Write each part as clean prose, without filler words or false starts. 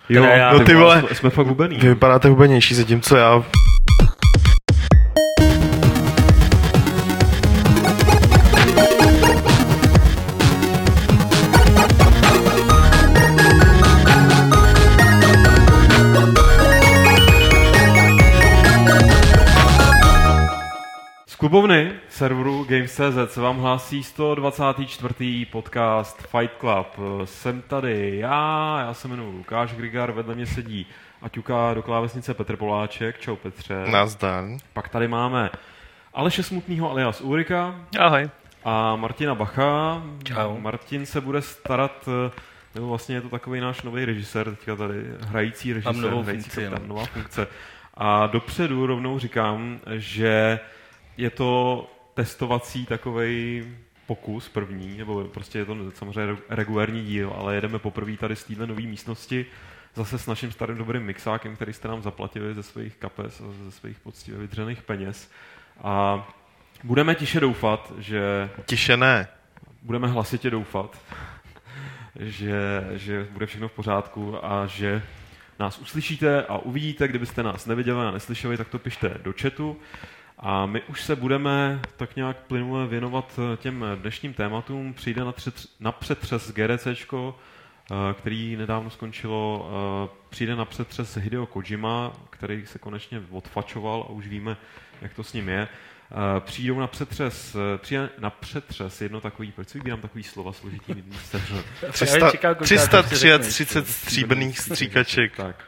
Jo, no ty vole, jsme fakt hubený. Vy vypadáte hubenější, zatímco já... Z klubovny serveru Games.cz se vám hlásí 124. podcast Fight Club. Jsem tady já se jmenuji Lukáš Grigar, vedle mě sedí a ťuká do klávesnice Petr Poláček. Čau Petře. Nazdar. Pak tady máme Aleše Smutnýho alias Ulrika. Ahoj. A Martina Bacha. Čau. Martin se bude starat, nebo vlastně je to takový náš nový režisér, teďka tady hrající režisér. Mám novou hrající funkci, kapitán, nová funkce. A dopředu rovnou říkám, že je to testovací takovej pokus první, nebo prostě je to samozřejmě regulární díl, ale jedeme poprvé tady z téhle nové místnosti zase s naším starým dobrým mixákem, který jste nám zaplatili ze svých kapes a ze svých poctivě vydřených peněz. A budeme tiše doufat, že... Tiše ne. Budeme hlasitě doufat, že bude všechno v pořádku a že nás uslyšíte a uvidíte. Kdybyste nás neviděli a neslyšeli, tak to pište do chatu. A my už se budeme tak nějak plynule věnovat těm dnešním tématům. Přijde na přetřes GDCčko, který nedávno skončilo. Přijde na přetřes Hideo Kojima, který se konečně odfačoval a už víme, jak to s ním je. Přijde na přetřes jedno takový, proč si vybírám takový slova složitý? 333 stříbrných stříkaček. Tak.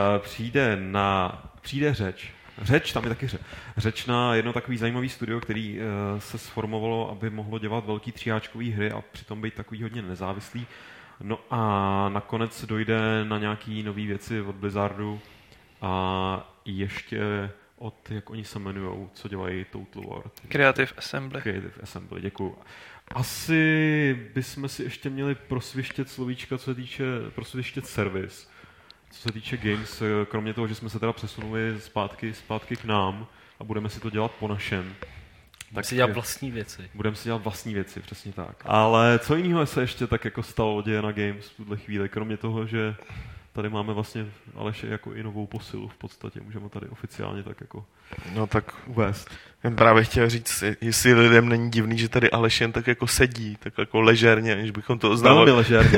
Přijde Řeč, tam je taky Řeč na jedno takový zajímavý studio, který se sformovalo, aby mohlo dělat velký tříáčkový hry a přitom být takový hodně nezávislý. No a nakonec dojde na nějaký nový věci od Blizzardu a ještě od, jak oni se jmenujou, co dělají Total War. Creative Assembly, děkuju. Asi bychom si ještě měli prosvištět slovíčka, co se týče prosvištět servis. Co se týče games, kromě toho, že jsme se teda přesunuli zpátky k nám a budeme si to dělat po našem. Budeme si dělat vlastní věci, přesně tak. Ale co jiného se ještě tak jako stalo děje na games v tuhle chvíli, kromě toho, že tady máme vlastně Aleše jako i novou posilu v podstatě, můžeme tady oficiálně tak jako uvést. Jsem právě chtěl říct, jestli lidem není divný, že tady Aleš jen tak jako sedí, tak jako ležérně, aniž bychom to oznamovali. Velmi ležérně.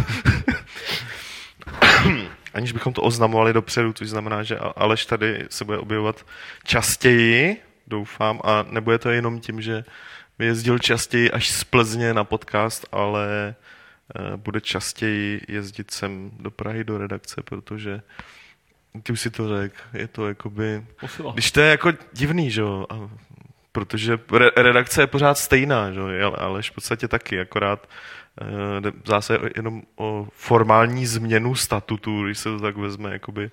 Aniž bychom to oznamovali dopředu, což znamená, že Aleš tady se bude objevovat častěji, doufám, a nebude to jenom tím, že by jezdil častěji až z Plzně na podcast, ale bude častěji jezdit sem do Prahy do redakce, protože ty už si to řekl, je to jakoby... Posila. Když to je jako divný, že jo, protože redakce je pořád stejná, že jo, Aleš v podstatě taky, akorát zase jenom o formální změnu statutu, když se to tak vezme, jakoby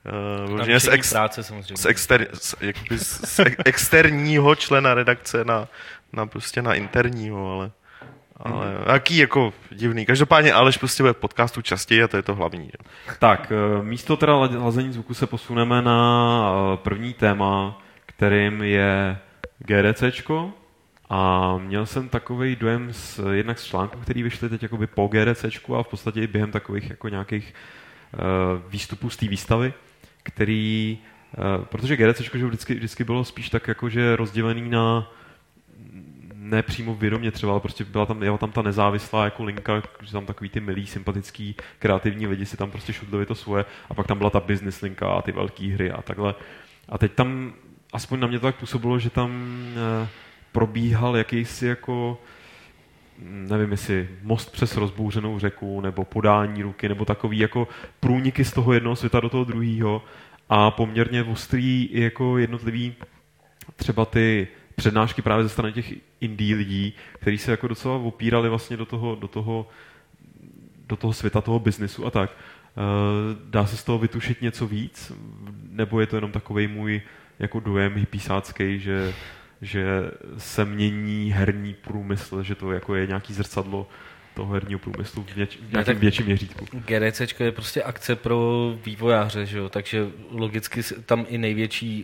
z externího člena redakce na prostě na interního, ale jaký jako divný. Každopádně Aleš prostě bude v podcastu častěji a to je to hlavní. Že? Tak, místo teda lazení zvuku se posuneme na první téma, kterým je GDCčko. A měl jsem takovej dojem jednak z článku, který vyšly teď jakoby po GDCčku a v podstatě i během takových jako nějakých výstupů z té výstavy, který, protože GDCčko že vždycky bylo spíš tak jakože rozdělený na ne přímo vědomě třeba, ale prostě byla tam ta nezávislá jako linka, že tam takový ty milý, sympatický, kreativní lidi si tam prostě šudlili to svoje a pak tam byla ta business linka a ty velké hry a takhle. A teď tam, aspoň na mě to tak působilo, že tam probíhal jakýsi jako, nevím jestli most přes rozbouřenou řeku, nebo podání ruky, nebo takový jako průniky z toho jednoho světa do toho druhého a poměrně ostrý jako jednotlivý třeba ty přednášky právě ze strany těch indie lidí, kteří se jako docela opírali vlastně do toho světa toho biznesu a tak. Dá se z toho vytušit něco víc? Nebo je to jenom takovej můj jako dojem hippiesácký, že se mění herní průmysl, že to jako je nějaký zrcadlo toho herního průmyslu v nějakém větším měřítku. GDCčko je prostě akce pro vývojáře, že jo? Takže logicky tam i největší,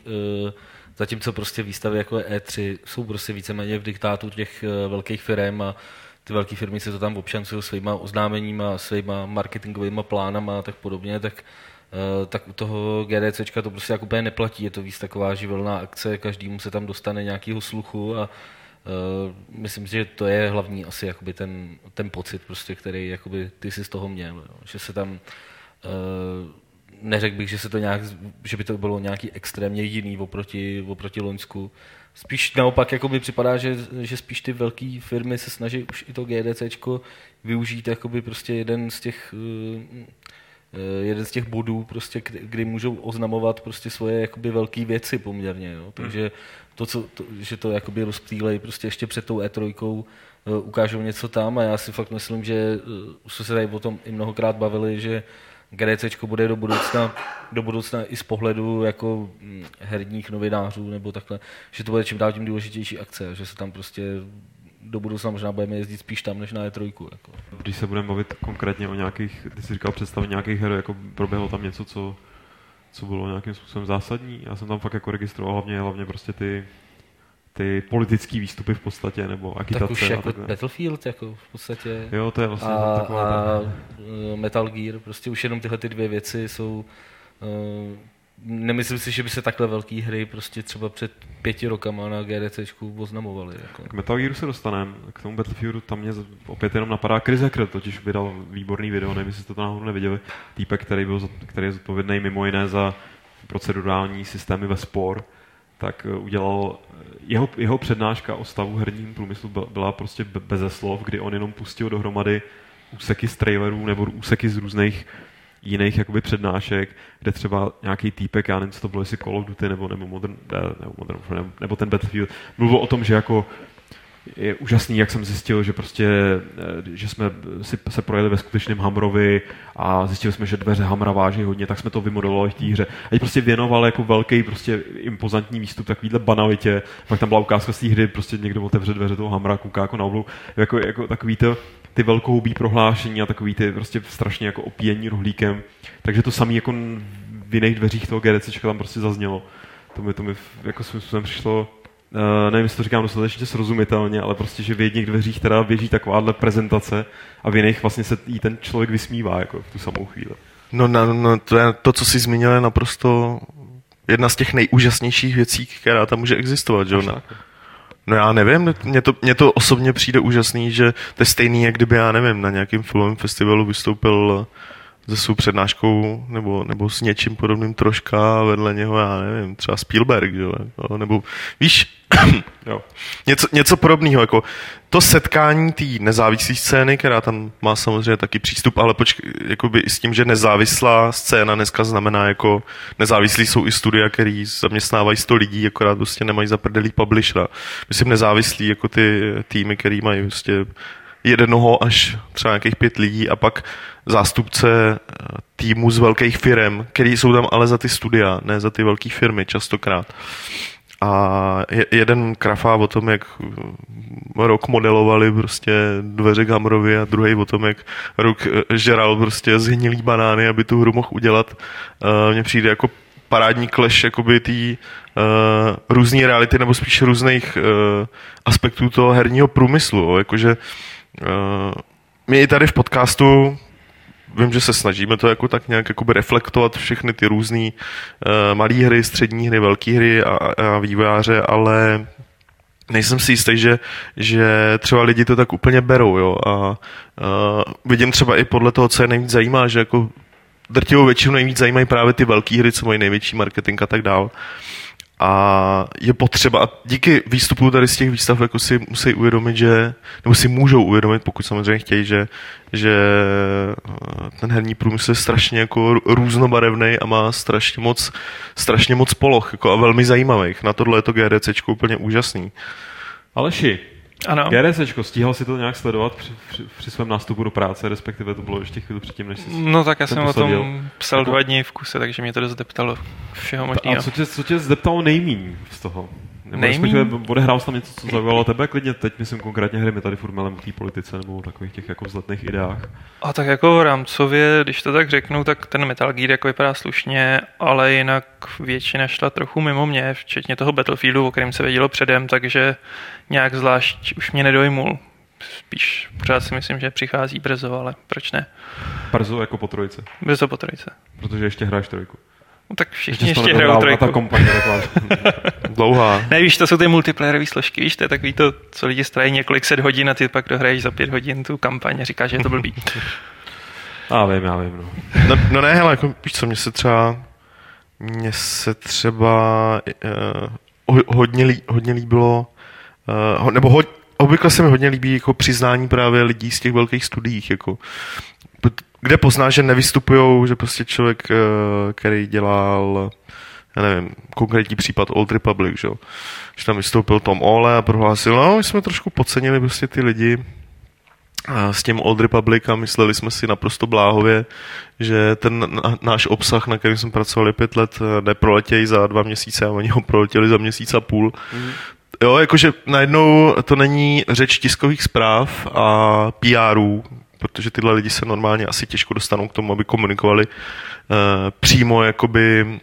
zatímco prostě výstavy jako E3 jsou prostě víceméně v diktátu těch velkých firem a ty velké firmy se to tam obšancují svýma oznámeníma, svýma marketingovými plánama a tak podobně, tak u toho GDCčka to prostě jako úplně neplatí, je to víc taková živelná akce, každému se tam dostane nějakého sluchu a myslím si, že to je hlavní asi jakoby ten pocit, prostě, který jakoby ty si z toho měl, jo. Že se tam neřekl bych, že by to bylo nějaký extrémně jiný oproti loňsku. Spíš naopak jakoby připadá, že spíš ty velké firmy se snaží už i to GDCčko využít jakoby prostě jeden z těch bodů, prostě, kdy můžou oznamovat prostě svoje jakoby velké věci poměrně. Jo. Takže že to jakoby rozptýlej prostě ještě před tou E3, ukážou něco tam a já si fakt myslím, že už se tady o tom i mnohokrát bavili, že GDCčko bude do budoucna i z pohledu jako herních novinářů nebo takhle, že to bude čím dál tím důležitější akce, že se tam prostě do budoucna možná budeme jezdit spíš tam, než na E3. Jako. Když se budeme bavit konkrétně o nějakých, ty jsi říkal představit nějakých her, jako proběhlo tam něco, co bylo nějakým způsobem zásadní. Já jsem tam fakt jako registroval hlavně prostě ty politické výstupy v podstatě, nebo agitace. Tak už jako Battlefield, jako v podstatě. Jo, to je vlastně taková... A Metal Gear, prostě už jenom tyhle ty dvě věci jsou... Nemyslím si, že by se takhle velké hry prostě třeba před 5 rokama na GDCčku oznamovaly. Jako. K Metal Gearu se dostaneme, k tomu Battlefieldu tam mě opět jenom napadá Chris Hacker, totiž vydal výborný video, nevím, jestli jste to náhodou neviděli. Týpek, který je zodpovědný mimo jiné za procedurální systémy ve Spore, tak udělal, jeho přednáška o stavu herním průmyslu byla prostě beze slov, kdy on jenom pustil dohromady úseky z trailerů nebo úseky z různých jiných jakoby přednášek, kde třeba nějaký týpek, já nevím, co to bylo, jestli Call of Duty nebo nebo ten Battlefield, mluvil o tom, že jako je úžasný, jak jsem zjistil, že prostě, že jsme se projeli ve skutečném Hamrovi a zjistili jsme, že dveře Hamra váží hodně, tak jsme to vymodelovali v té hře. A prostě věnoval jako velký, prostě impozantní výstup takovýhle banalitě. Pak tam byla ukázka z té hry, prostě někdo otevře dveře toho Hamra, kouká jako na oblou, jako takový ty velkohubý prohlášení a takový ty prostě strašně jako opíjení rohlíkem. Takže to samé jako v jiných dveřích toho GDCčka tam prostě zaznělo. To mi jako svým způsobem přišlo, nevím, jestli to říkám dostatečně srozumitelně, ale prostě, že v jedných dveřích teda běží takováhle prezentace a v jiných vlastně se jí ten člověk vysmívá jako v tu samou chvíli. No, to, co jsi zmínil, je naprosto jedna z těch nejúžasnějších věcí, která tam může existovat, že? No já nevím, mně to osobně přijde úžasný, že to je stejný, jak kdyby, já nevím, na nějakém filmovém festivalu vystoupil se svou přednáškou nebo s něčím podobným troška a vedle něho, já nevím, třeba Spielberg, že? Nebo víš, jo. Něco podobného, jako to setkání té nezávislé scény, která tam má samozřejmě taky přístup, ale jakoby i s tím, že nezávislá scéna dneska znamená jako nezávislí jsou i studia, který zaměstnávají 100 lidí, akorát prostě nemají za prdelí publishera. Myslím nezávislí jako ty týmy, který mají prostě jednoho až třeba nějakých 5 lidí a pak zástupce týmu z velkých firm, který jsou tam ale za ty studia, ne za ty velké firmy častokrát. A jeden krafá o tom, jak rok modelovali prostě dveře k Hamrovi a druhý o tom, jak rok žeral prostě zhnilý banány, aby tu hru mohl udělat. Mně přijde jako parádní clash jakoby tý různý reality nebo spíš různých aspektů toho herního průmyslu. Jakože my i tady v podcastu vím, že se snažíme to jako tak nějak jakoby reflektovat všechny ty různý malé hry, střední hry, velké hry a vývojáře, ale nejsem si jistý, že třeba lidi to tak úplně berou, jo, a vidím třeba i podle toho, co je nejvíc zajímá, že jako drtivou většinu nejvíc zajímají právě ty velké hry, co mají největší marketing a tak dál. A je potřeba, a díky výstupu tady z těch výstav jako si musí uvědomit, nebo si můžou uvědomit, pokud samozřejmě chtějí, že ten herní průmysl je strašně jako různobarevný a má strašně moc poloh jako a velmi zajímavých. Na tohle je to GDCčko úplně úžasný. Aleši, ano. GDCčko, stíhal si to nějak sledovat při svém nástupu do práce, respektive to bylo ještě chvíli předtím, než jsi No tak já jsem o tom psal 2 dny v kuse, takže mě to dost deptalo všeho možného. A co tě zdeptalo nejmíň z toho? Respektive odehrál jsi tam něco, co zaujalo tebe klidně? Teď myslím konkrétně hry, my tady furt melem v té politice nebo takových těch jako vzletných ideách. A tak jako rámcově, když to tak řeknu, tak ten Metal Gear jako vypadá slušně, ale jinak většina šla trochu mimo mě, včetně toho Battlefieldu, o kterém se vědělo předem, takže nějak zvlášť už mě nedojmul. spíš pořád si myslím, že přichází brzo, ale proč ne? Brzo jako po trojce. Brzo po trojce. Protože ještě hraješ trojku. No tak všichni ještě hrajou trojku. Ta kompanie taková. Dlouhá. Ne, víš, to jsou ty multiplayerové složky, víš, to je takový to, co lidi strají několik set hodin a ty pak dohraješ za 5 hodin tu kampaň a říkáš, že je to blbý. Já vím, no. No ne, hele, jako, víš co, mně se třeba hodně líbilo, obvykle se mi hodně líbí jako přiznání právě lidí z těch velkých studiích, jako, kde poznáš, že nevystupujou, že prostě člověk, který dělal, já nevím, konkrétní případ Old Republic, že tam vystoupil Tom Ole a prohlásil, no, my jsme trošku podcenili prostě ty lidi s tím Old Republic a mysleli jsme si naprosto bláhově, že ten náš obsah, na kterým jsme pracovali 5 let, neproletějí za 2 měsíce a oni ho proletěli za měsíc a půl. Jo, jakože najednou to není řeč tiskových zpráv a PRů, protože tyhle lidi se normálně asi těžko dostanou k tomu, aby komunikovali přímo jakoby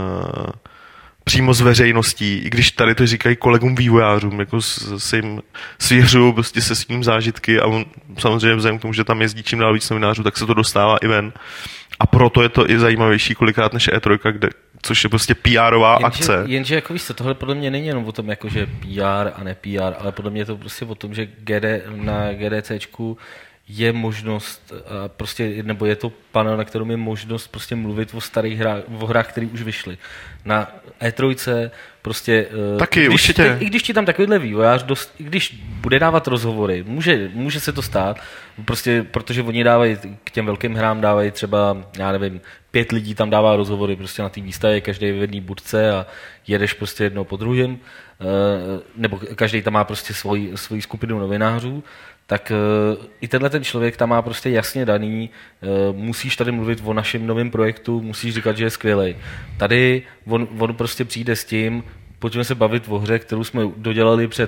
přímo s veřejností, i když tady to říkají kolegům vývojářům, jako se jim svěřují prostě se svým zážitky a on, samozřejmě vzhledem k tomu, že tam jezdí čím dál víc novinářů, tak se to dostává i ven. A proto je to i zajímavější kolikrát než E3, což je prostě PR-ová akce. Jenže jako víš co, tohle podle mě není jenom o tom, jako, že PR a ne PR, ale podle mě je to prostě o tom, že na GDCčku je možnost, prostě, nebo je to panel, na kterém je možnost prostě mluvit o starých hrách, o hrách, které už vyšly. Na E3 prostě... Taky, určitě. I když ti tam takovýhle vývojář, i když bude dávat rozhovory, může se to stát, prostě, protože oni dávají k těm velkým hrám, dávají třeba, já nevím, 5 lidí tam dává rozhovory prostě na té výstavě, každý v jedné budce a jedeš prostě jednou po druhém, nebo každý tam má prostě svoji skupinu novinářů, tak i tenhle ten člověk tam má prostě jasně daný, musíš tady mluvit o našem novém projektu, musíš říkat, že je skvělej. Tady on prostě přijde s tím, pojďme se bavit o hře, kterou jsme dodělali před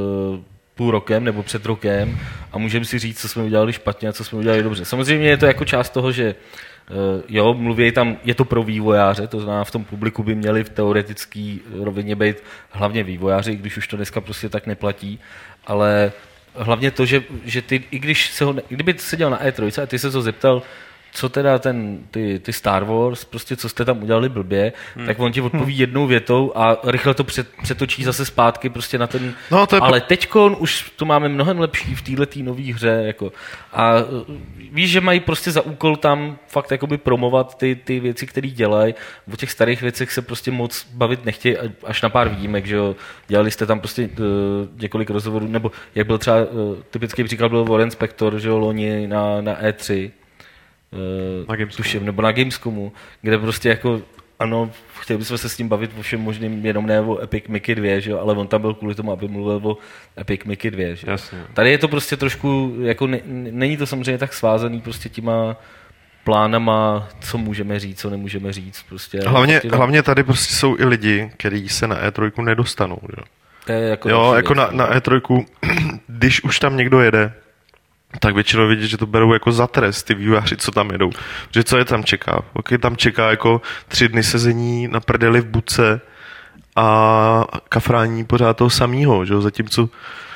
půl rokem nebo před rokem a můžeme si říct, co jsme udělali špatně a co jsme udělali dobře. Samozřejmě je to jako část toho, že jo, mluví tam, je to pro vývojáře, to znamená v tom publiku by měli v teoretické rovině být hlavně vývojáři, když už to dneska prostě tak neplatí, ale hlavně to, že ty, i když kdyby seděl na E3 a ty se to zeptal, co teda ty Star Wars, prostě co jste tam udělali blbě, tak on ti odpoví jednou větou a rychle to přetočí zase zpátky prostě na ten... No, ale teďkon už to máme mnohem lepší v této nové hře. Jako. A víš, že mají prostě za úkol tam fakt jakoby promovat ty věci, které dělají. O těch starých věcech se prostě moc bavit nechtějí, až na pár výjimek, že jo. Dělali jste tam prostě několik rozhovorů, nebo jak byl třeba typický příklad byl Warren Spector, že jo, loni na E3. Tuším, nebo na Gamescomu, kde prostě jako ano, chtěli bychom se s ním bavit o všem možným, jenom ne o Epic Mickey 2, že jo, ale on tam byl kvůli tomu, aby mluvil o Epic Mickey 2, že? Jasně. Tady je to prostě trošku, jako není to samozřejmě tak svázaný prostě těma plánama, co můžeme říct, co nemůžeme říct. Prostě, hlavně tady prostě jsou i lidi, kteří se na E3 nedostanou, že? To je jako jo, jako na E3, když už tam někdo jede, tak většinou vidět, že to berou jako za trest ty vývojáři, co tam jedou. Že co je tam čeká? Okay, tam čeká jako 3 dny sezení na prdeli v budce a kafrání pořád toho samýho, že? Zatímco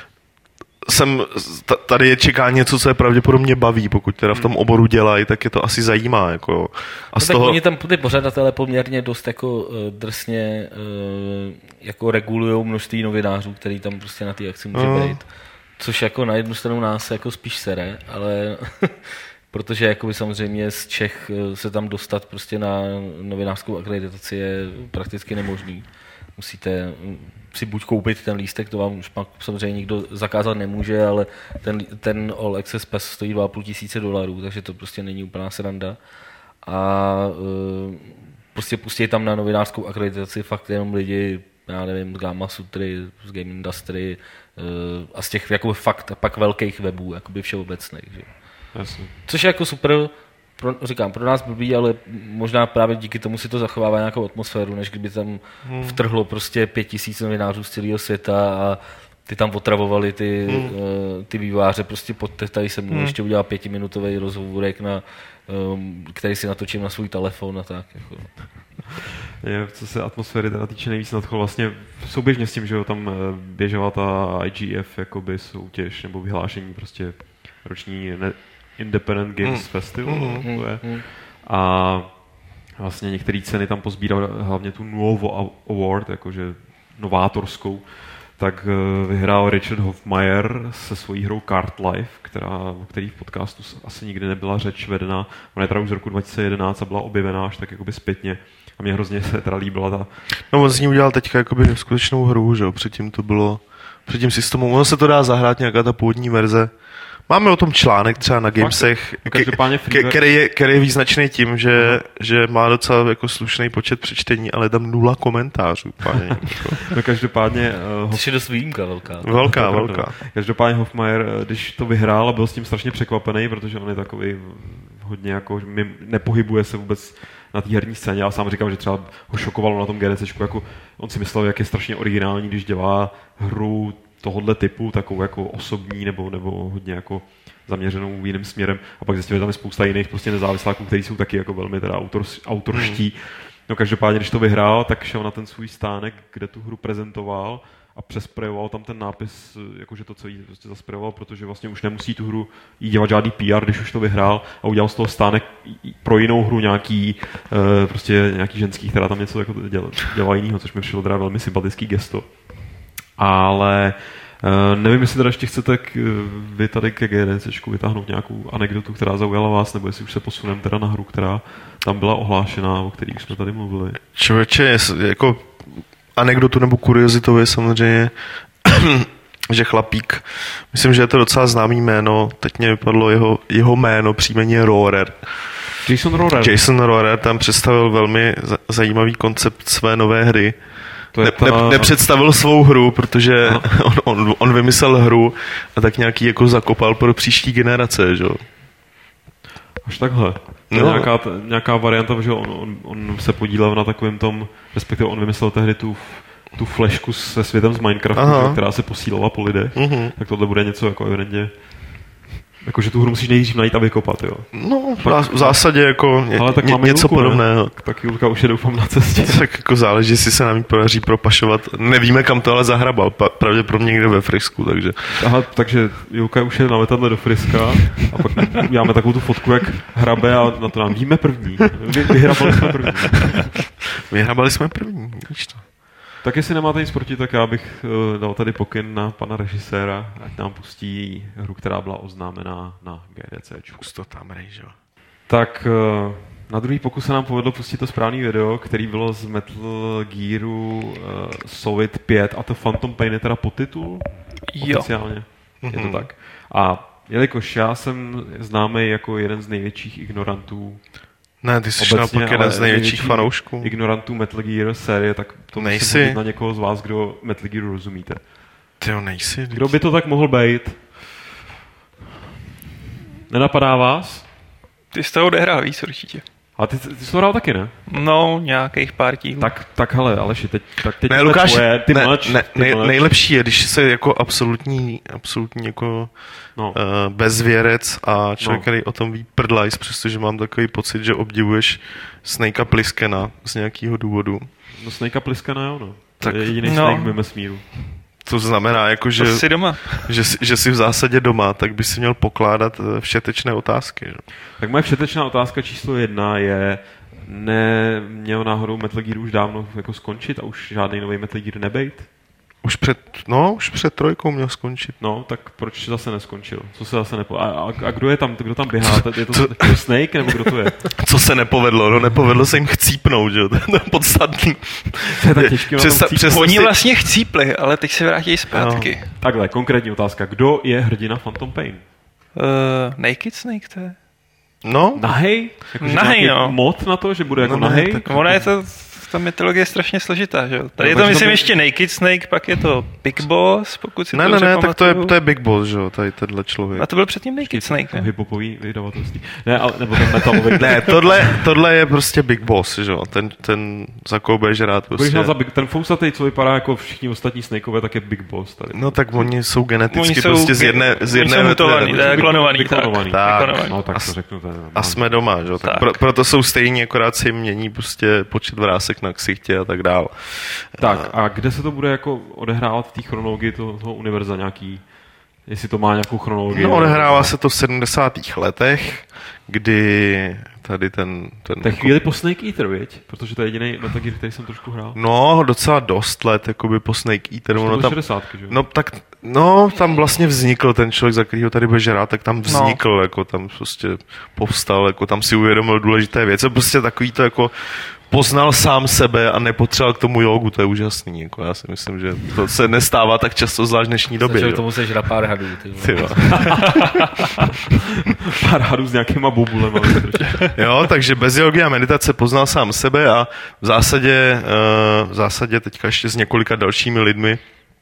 tady je čeká něco, co je pravděpodobně baví, pokud teda v tom oboru dělají, tak je to asi zajímá. Jako. A no tak oni tam ty pořadatelé poměrně dost jako drsně jako regulujou množství novinářů, který tam prostě na té akci může být. Což jako na jednu stranu nás jako spíš sere, ale protože jakoby samozřejmě z Čech se tam dostat prostě na novinářskou akreditaci je prakticky nemožný. Musíte si buď koupit ten lístek, to vám už pak samozřejmě nikdo zakázat nemůže, ale ten All Access Pass stojí $2,500, takže to prostě není úplná sranda. A prostě pustí tam na novinářskou akreditaci fakt jenom lidi, já nevím, z Gamma Sutry, z Game Industry a z těch jako fakt pak velkých webů, jakoby všeobecných. Že? Jasně. Což je jako super, pro nás blbý, ale možná právě díky tomu si to zachovává nějakou atmosféru, než kdyby tam vtrhlo prostě 5000 novinářů z celého světa a ty tam otravovali ty vývojáře, prostě tady se mnou ještě udělal 5minutový rozhovorek, který si natočím na svůj telefon a tak. Jako. Je, co se atmosféry teda týče, nejvíc nadchol vlastně souběžně s tím, že jo, tam běžela ta IGF jakoby soutěž nebo vyhlášení prostě roční Independent Games Festival. To je. A vlastně některé ceny tam pozbíral hlavně tu Nuovo Award, jakože novátorskou, tak vyhrál Richard Hofmeyer se svojí hrou Card Life, o který v podcastu asi nikdy nebyla řeč vedena. Ona je teda už z roku 2011 a byla objevená až tak jakoby zpětně. A mě hrozně se teda líbila ta... No on z ní udělal teďka jakoby skutečnou hru, že jo, předtím systému, ono se to dá zahrát nějaká ta původní verze. Máme o tom článek třeba na Gamesech, který je význačný tím, že má docela jako slušný počet přečtení, ale tam 0 komentářů. No každopádně... To je dost výjimka velká. Velká. Každopádně Hofmeyer, když to vyhrál a byl s tím strašně překvapený, protože on je takový hodně jako, nepohybuje se vůbec na té herní scéně. Já sám říkám, že třeba ho šokovalo na tom GDCčku, jako on si myslel, jak je strašně originální, když dělá hru tohohle typu, takovou jako osobní nebo hodně jako zaměřenou jiným směrem. A pak zjistil, že tam je spousta jiných prostě nezávisláků, kteří jsou taky jako velmi teda autorští. No každopádně, když to vyhrál, tak šel na ten svůj stánek, kde tu hru prezentoval a přesprejoval tam ten nápis, jakože to celý prostě zasprejoval, protože vlastně už nemusí tu hru jí dělat žádný PR, když už to vyhrál a udělal z toho stánek pro jinou hru nějaký ženský, která tam něco jako dělala jinýho, což mi přišlo teda velmi sympatický gesto. Ale nevím, jestli teda ještě chcete vy tady ke GDCčku vytáhnout nějakou anekdotu, která zaujala vás, nebo jestli už se posuneme teda na hru, která tam byla ohlášená, o který už jsme tady mluvili. Člověče, jako anekdotu nebo kuriozitou je samozřejmě, že chlapík, myslím, že je to docela známý jméno, teď mě vypadlo jeho jméno, příjmení je Rohrer. Jason Rohrer tam představil velmi zajímavý koncept své nové hry. Nepředstavil svou hru, protože on vymyslel hru a tak nějaký jako zakopal pro příští generace, že jo. Až takhle. To je nějaká varianta, že on se podílel na takovém tom, respektive on vymyslel tehdy tu flešku se světem z Minecraftu, která se posílala po lidech. Tak tohle bude něco jako evidentně... Jakože tu hru musíš nejdřív najít a vykopat, jo. No, v zásadě jako něco podobného. Tak Julka už je doufám na cestě. Tak jako záleží, jestli se nám jí podaří propašovat. Nevíme, kam to ale zahrabal. Pravděpodobně někde ve Frisku, takže... Aha, takže Julka už je na letadle do Friska a pak uděláme takovou tu fotku, jak hrabe a na to nám víme první. Vyhrabali jsme první, víš to. Tak jestli nemáte nic proti, tak já bych dal tady pokyn na pana režiséra, ať nám pustí hru, která byla oznámená na GDCčku. Pust to tam, rejžo. Tak na druhý pokus se nám povedlo pustit to správný video, který bylo z Metal Gearu Solid 5 a to Phantom Pain je teda podtitul oficiálně. Je to tak. A jelikož já jsem známý jako jeden z největších ignorantů ne, ty jsi naopak jeden z největších fanoušků. Ignorantů Metal Gear série, tak to musím hodit na někoho z vás, kdo Metal Gear rozumíte. Tyjo, nejsi. Kdo by to tak mohl být? Nenapadá vás? Ty jsi to odehrál víc určitě. A ty jsi to hrál taky, ne? No, nějakých pár dílů. Tak hele, Aleši, teď ne, Lukáš, ty mlč. Nejlepší je, když se jako absolutní jako bezvěrec a člověk, který o tom ví prdlajs, přestože mám takový pocit, že obdivuješ Snakea Plisskenna z nějakého důvodu. No Snakea Plisskenna, jo, no. Tak, to je jediný Snake mimo smíru. To znamená, jako, že jsi v zásadě doma, tak by si měl pokládat všetečné otázky. Že? Tak moje všetečná otázka číslo 1 je, neměl náhodou Metal Gear už dávno jako skončit a už žádný nový Metal Gear nebejt? Už před 3 měl skončit. No, tak proč zase neskončil? Co se zase nepovedlo? A kdo tam běhá? Je to Snake, nebo kdo to je? Co se nepovedlo? No, nepovedlo se jim chcípnout, že jo? To je podstatný. To je tak těžké. Oni vlastně chcípli, ale teď se vrátí zpátky. No. Takhle, konkrétní otázka. Kdo je hrdina Phantom Pain? Naked Snake to je? No. Nahej? Nahej, no. Mod na to, že bude jako nahej? Ono je to ta mytologie je strašně složitá, že jo? Tady je to, myslím, ještě Naked Snake, pak je to Big Boss, pokud si Ne, tak to je Big Boss, že jo, tady tenhle člověk. A to byl předtím Naked Snake, ne? Hiphopový vydavatelství. Ne, ale, nebo ten metalový. Ne, tohle je prostě Big Boss, že jo, ten za koho budeš rád prostě. Ten fousatý, co vypadá jako všichni ostatní Snakeové, tak je Big Boss tady. No tak oni jsou geneticky prostě z jedné jsou mutovaný, klonovaný, tak. No tak to řeknu. A jsme doma, že jo, tak proto jsou stejní, akorát se jim mění prostě počet vrásek na ksichtě a tak dál. Tak a kde se to bude jako odehrávat v té chronologii toho univerza nějaký, jestli to má nějakou chronologii? No odehrává se to v 70. letech, kdy tady ten to je chvíli po Snake Eater, viď? Protože to je jediný Metal Gear, který jsem trošku hrál. No, docela dost let, jakoby po Snake Eater. To bylo 60, že jo? No, tam vlastně vznikl ten člověk, za kterýho tady budeš hrát, tak tam vznikl, jako tam prostě povstal, jako tam si uvědomil důležité věci. Prostě takový to jako poznal sám sebe a nepotřeboval k tomu jogu, to je úžasný. Jako já si myslím, že to se nestává tak často, zvlášť v dnešní době. Stačilo k tomu sežrat pár hadů. Pár hadů s nějakýma bobulema. Jo, takže bez jogy a meditace poznal sám sebe a v zásadě teďka ještě s několika dalšími lidmi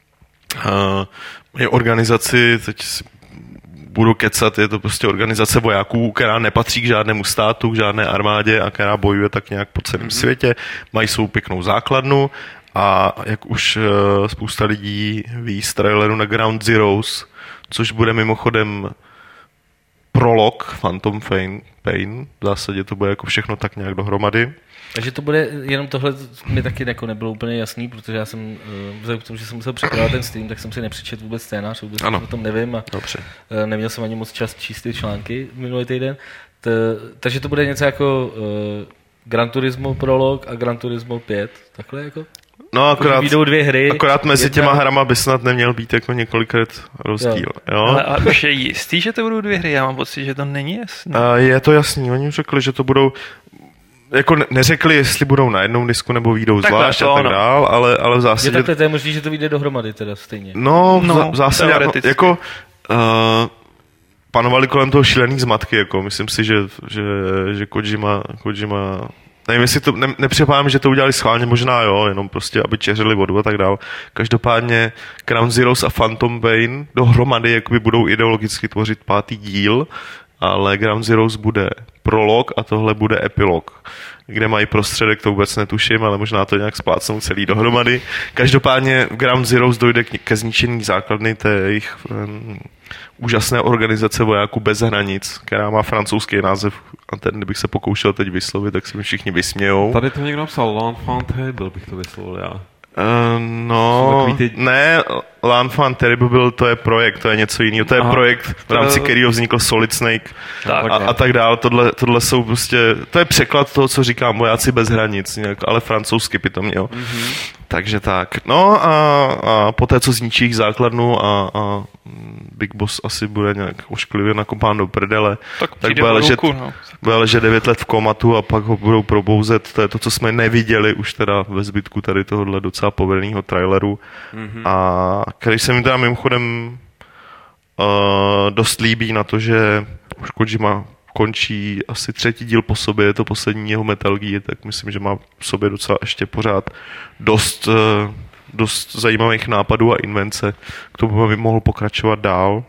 je organizaci, teď si budu kecat, je to prostě organizace vojáků, která nepatří k žádnému státu, k žádné armádě a která bojuje tak nějak po celém světě. Mají svou pěknou základnu a jak už spousta lidí ví z traileru na Ground Zeroes, což bude mimochodem prolog Phantom Pain. V zásadě to bude jako všechno tak nějak dohromady. Takže to bude, jenom tohle mi taky jako nebylo úplně jasný, protože já jsem, vzhledem k tomu, že jsem musel připravovat ten stream, tak jsem si nepřečet vůbec scénář, vůbec o tom nevím a neměl jsem ani moc čas číst ty články minulý týden. Takže to bude něco jako Gran Turismo prolog a Gran Turismo 5, takhle jako? No akorát mezi těma hrama by snad neměl být jako několikrát rozdíl. Jo. Ale už je jistý, že to budou 2 hry, já mám pocit, že to není jasný. Je to jasný, oni řekli, že to budou jako neřekli, jestli budou na jednom disku nebo výjdou zvlášť a tak dál, ale v zásadě... Je takhle, to je možný, že to vyjde dohromady teda stejně. No v zásadě jako panovaly kolem toho šílený zmatky, jako myslím si, že Kojima nevím, jestli to, nepřipádám, že to udělali schválně, možná jo, jenom prostě, aby čeřili vodu a tak dál. Každopádně Ground Zeroes a Phantom Pain dohromady jakoby budou ideologicky tvořit 5. díl, ale Ground Zeroes bude prolog a tohle bude epilog. Kde mají prostředek, to vůbec netuším, ale možná to nějak splácnou celý dohromady. Každopádně v Ground Zeroes dojde ke zničení základny té jejich úžasné organizace vojáků bez hranic, která má francouzský název a ten, kdybych se pokoušel teď vyslovit, tak si mi všichni vysmějou. Tady to někdo napsal, L'Enfant Terrible bych to vyslovil já. Ne, L'Enfant Terrible to je projekt, to je něco jiného. To je projekt, v rámci kterého vznikl Solid Snake a tak dále. Tohle jsou prostě, to je překlad toho, co říkám vojáci bez hranic, nějak, ale francouzsky pitomně, jo. Takže tak. No a poté, co zničí jich základnu a Big Boss asi bude nějak ošklivě nakopán do prdele, tak bude ležet 9 let v komatu a pak ho budou probouzet. To je to, co jsme neviděli už teda ve zbytku tady tohohle docela povedeného traileru. A který se mi teda mimochodem dost líbí na to, že už Kojima končí asi 3. díl po sobě, je to poslední jeho Metal Gear, tak myslím, že má v sobě docela ještě pořád dost zajímavých nápadů a invence. K tomu by mohl pokračovat dál.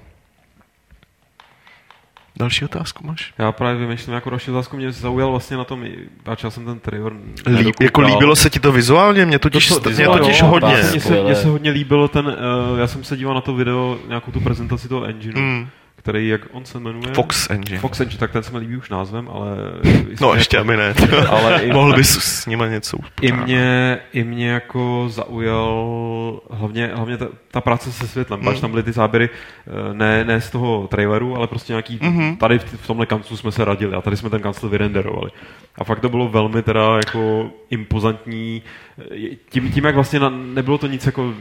Další otázku máš? Já právě vymýšlím, jako další otázku mě zaujal vlastně na tom, páčil jsem ten trailer. Jako líbilo se ti to vizuálně? Mě totiž hodně. Mně se hodně líbilo já jsem se díval na to video, nějakou tu prezentaci toho engineu. Který, jak on se jmenuje? Fox Engine, tak ten se mi líbí už názvem, ale... No ještě aby ne. Ale mohl bys s nima něco uspořádat. I mě jako zaujal hlavně ta práce se světlem, protože tam byly ty záběry ne z toho traileru, ale prostě nějaký... Tady v tomhle kanclu jsme se radili a tady jsme ten kancel vyrenderovali. A fakt to bylo velmi teda jako impozantní. Tím jak vlastně nebylo to nic jako...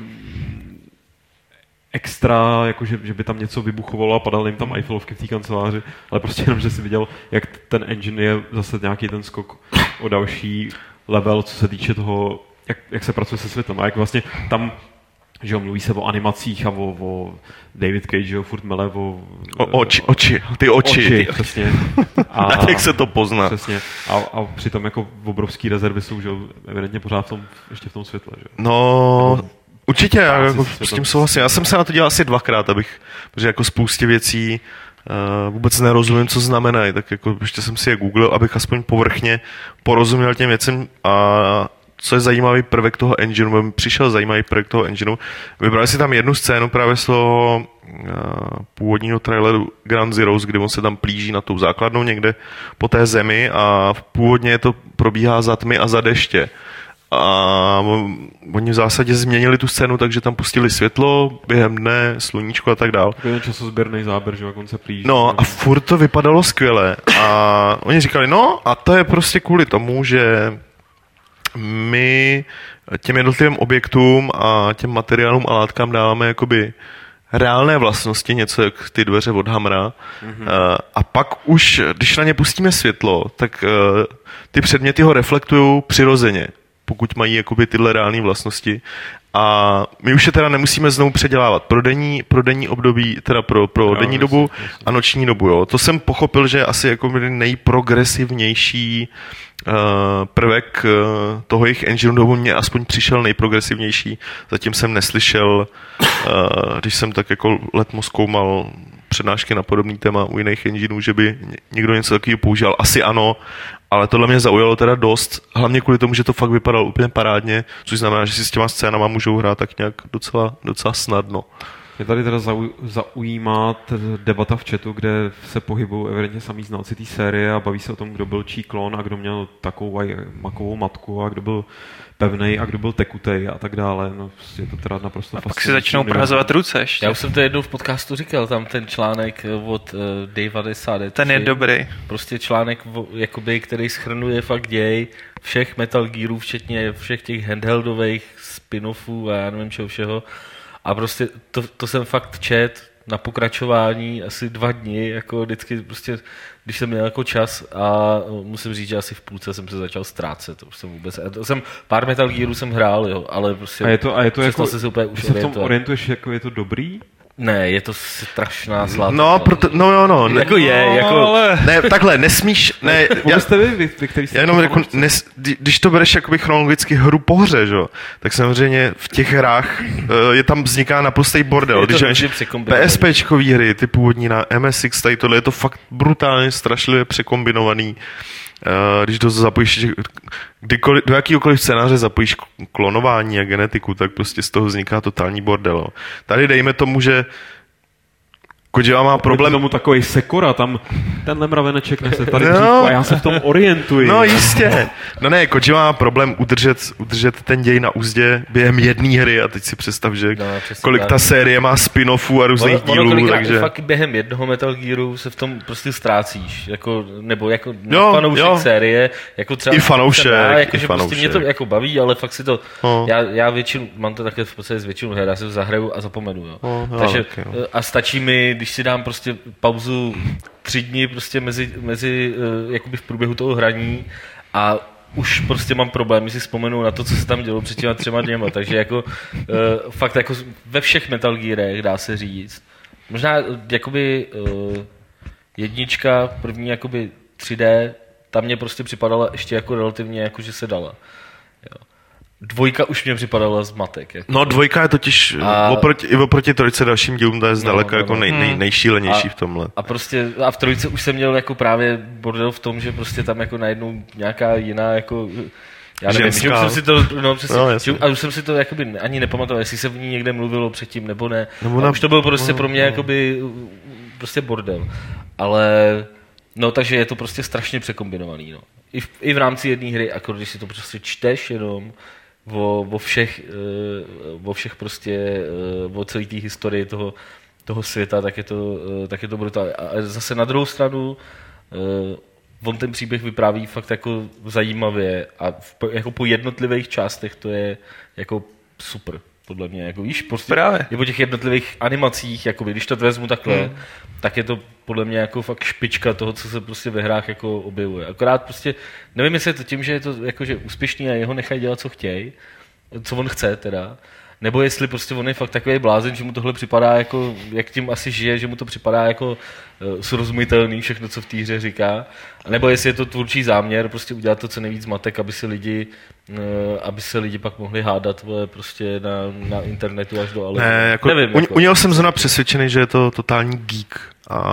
extra, jako že by tam něco vybuchovalo a padaly jim tam Eiffelovky v té kanceláři, ale prostě jenom, že si viděl, jak ten engine je zase nějaký ten skok o další level, co se týče toho, jak se pracuje se světlem a jak vlastně tam že jo, mluví se o animacích a o David Cage, že jo, furt mele o ty oči. Přesně. A jak se to pozná. Přesně. A přitom jako obrovský rezervy jsou, že jo, evidentně pořád ještě v tom světle, že jo. No, určitě, já jako s tím souhlasím. Já jsem se na to dělal asi 2krát, protože jako spoustě věcí vůbec nerozumím, co znamenají, tak jako ještě jsem si je googlil, abych aspoň povrchně porozuměl těm věcem a co je zajímavý prvek toho engineu, mi přišel zajímavý prvek toho engineu. Vybrali si tam jednu scénu právě z toho původního traileru Ground Zeroes, kdy on se tam plíží na tou základnou někde po té zemi a původně to probíhá za tmy a za deště. A oni v zásadě změnili tu scénu, takže tam pustili světlo během dne, sluníčko a tak dál. Takový časozběrný záběr, že jak on se plíží. No a furt to vypadalo skvěle. A oni říkali, no a to je prostě kvůli tomu, že my těm jednotlivým objektům a těm materiálům a látkám dáváme jakoby reálné vlastnosti, něco jak ty dveře od Hamra. A pak už, když na ně pustíme světlo, tak ty předměty ho reflektují přirozeně, pokud mají jakoby tyhle reální vlastnosti. A my už je teda nemusíme znovu předělávat pro denní období, teda pro denní dobu a noční dobu. Jo. To jsem pochopil, že je asi jako nejprogresivnější prvek toho jejich engineu, dobu mě aspoň přišel nejprogresivnější. Zatím jsem neslyšel, když jsem tak jako letmo zkoumal přednášky na podobný téma u jiných engineů, že by někdo něco takového používal. Asi ano, ale tohle mě zaujalo teda dost, hlavně kvůli tomu, že to fakt vypadalo úplně parádně, což znamená, že si s těma scénama můžou hrát tak nějak docela snadno. Mě tady teda zaujímá debata v chatu, kde se pohybují evidentně samý znalci té série a baví se o tom, kdo byl čí klon a kdo měl takovou makovou matku a kdo byl pevnej a kdo byl tekutej a tak dále. No, je to teda naprosto a pak si začnou prahazovat ruce ještě. Já už jsem to jednou v podcastu říkal, tam ten článek od Davea Desade. Ten je dobrý. Prostě článek, jakoby, který shrnuje fakt děj všech Metal Gearů, včetně všech těch handheldových spin-offů a já nevím čeho všeho. A prostě to jsem fakt čet na pokračování asi 2 dny, jako vždycky prostě, když jsem měl jako čas a musím říct, že asi v půlce jsem se začal ztrácet, to už jsem vůbec, pár Metal Gearů jsem hrál, jo, ale prostě a je to jako, se úplně už se v tom orientuješ, jako je to dobrý? Ne, je to strašná sláva. No, no. Jako ale... Ne, takhle, nesmíš, ne. Jste vy, který jste jenom jako, když to bereš jakoby chronologicky hru po hře, že? Tak samozřejmě v těch hrách je tam vzniká naprostý bordel. Když máš PSPčkový hry, ty původní na MSX, tady tohle je to fakt brutálně, strašlivě překombinovaný. Když to zapojíš, do jakýkoliv scénáře zapojíš klonování a genetiku, tak prostě z toho vzniká totální bordel. Tady dejme tomu, že Kojima má problém... tomu takovej Sekora, tam tenhle mraveneček nese tady dřív a já se v tom orientuji. No jistě. No ne, Kojima má problém udržet ten děj na úzdě během jedné hry a teď si představ, že kolik ta série má spin-offů a různých dílů. Takže... fakt během jednoho Metal Gearu se v tom prostě ztrácíš. Jako, nebo jako fanoušek série. Jako třeba i fanoušek. Jakože prostě mě to jako baví, ale fakt si to... Já většinu, mám to také v podstatě z většinu her, já si to zahraju a zapomenu. Jo. Takže a stačí mi, když si dám prostě pauzu 3 dny prostě mezi jakoby v průběhu toho hraní a už prostě mám problém, si vzpomenu na to, co se tam dělo před těma 3 dněma, takže jako fakt jako ve všech Metal Gearech dá se říct. Možná jakoby jednička, první jakoby 3D, tam mě prostě připadala ještě jako relativně jako, že se dala. Jo. 2 už mě připadala zmatek. Jako. No 2 je totiž oproti 3 dalším dílům, to je zdaleka jako nejšílenější v tomhle. A prostě a v 3 už jsem měl jako právě bordel v tom, že prostě tam jako najednou nějaká jiná jako já nevím, že už jsem si to, a už jsem si to jakoby ani nepamatoval, jestli se v ní někde mluvilo předtím nebo ne. A už to byl prostě pro mě jakoby prostě bordel. Ale no takže je to prostě strašně překombinovaný. No. I v rámci jedné hry, jako když si to prostě čteš jenom o všech prostě, o celé té historii toho světa, tak je to brutální. A zase na druhou stranu, on ten příběh vypráví fakt jako zajímavě a jako po jednotlivých částech to je jako super. Podle mě, jako víš, prostě je po těch jednotlivých animacích, jakoby, když to vezmu takhle, tak je to podle mě jako fakt špička toho, co se prostě ve hrách jako objevuje. Akorát prostě, nevím, jestli je to tím, že je to jakože úspěšný a jeho nechají dělat, co chtějí, co on chce teda, nebo jestli prostě on je fakt takový blázen, že mu tohle připadá jako, jak tím asi žije, že mu to připadá jako srozumitelný všechno, co v té hře říká, nebo jestli je to tvůrčí záměr, prostě udělat to co nejvíc matek, aby se lidi pak mohli hádat prostě na internetu až do ale. Ne, jako, nevím. U něho jsem zrovna přesvědčený, že je to totální geek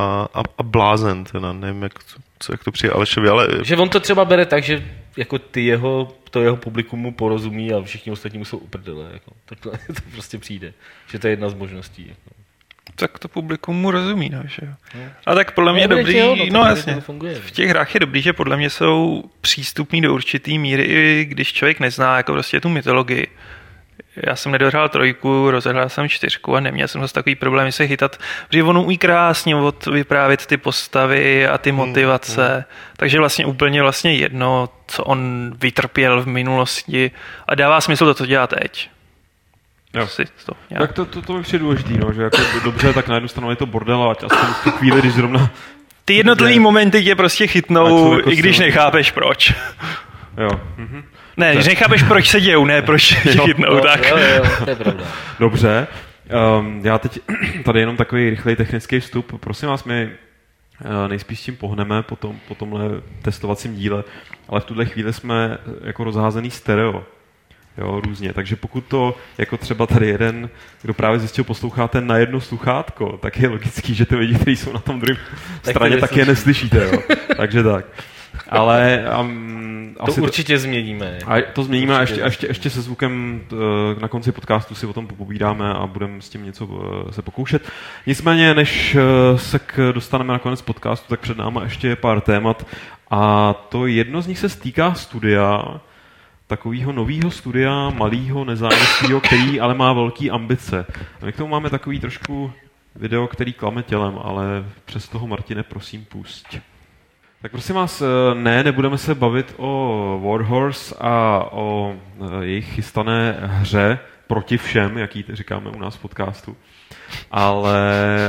a blázen, teda nevím, jak to přijde Alešovi, ale... Že on to třeba bere tak, že jako to jeho publikum mu porozumí a všichni ostatní mu jsou uprdele. Jako. Takhle to prostě přijde. Že to je jedna z možností. Jako. Tak to publikum mu rozumí, no, že jo. A tak podle mě je dobrý, no jasně, v těch hrách je dobrý, že podle mě jsou přístupný do určitý míry, i když člověk nezná jako prostě tu mytologii. Já jsem nedohrál 3, rozehrál jsem 4 a neměl jsem zase takový problém se chytat, protože on umí krásně vyprávět ty postavy a ty motivace, takže vlastně úplně jedno, co on vytrpěl v minulosti a dává smysl to, co dělá teď. Jo. Tak to mi přijde důležitý, no, že jako dobře, tak na jednu stranu je to bordel a aspoň v tu chvíli, když zrovna... Ty jednotlivý momenty tě prostě chytnou, i když nechápeš proč. Jo. Ne, když nechápeš, proč se dějou, ne proč tě chytnou, tak. Jo, to je pravda. Dobře, já teď tady jenom takový rychlej technický vstup. Prosím vás, my nejspíš s tím pohneme po tomhle testovacím díle, ale v tuhle chvíli jsme jako rozházený stereo. Jo, různě. Takže pokud to, jako třeba tady jeden, kdo právě zjistil, posloucháte na jedno sluchátko, tak je logický, že ty lidi, kteří jsou na tom druhém straně, tak je neslyšíte. Jo. Takže tak. Ale to určitě změníme. A to změníme a ještě se zvukem na konci podcastu si o tom popovídáme a budeme s tím něco se pokoušet. Nicméně, než se dostaneme na konec podcastu, tak před náma ještě je pár témat a to jedno z nich se stýká studia, takového nového studia, malého, nezávislého, který ale má velký ambice. A my k tomu máme takový trošku video, který klame tělem, ale přes toho, Martine, prosím, pusť. Tak prosím vás, nebudeme se bavit o Warhorse a o jejich chystané hře proti všem, jaký říkáme u nás v podcastu, ale...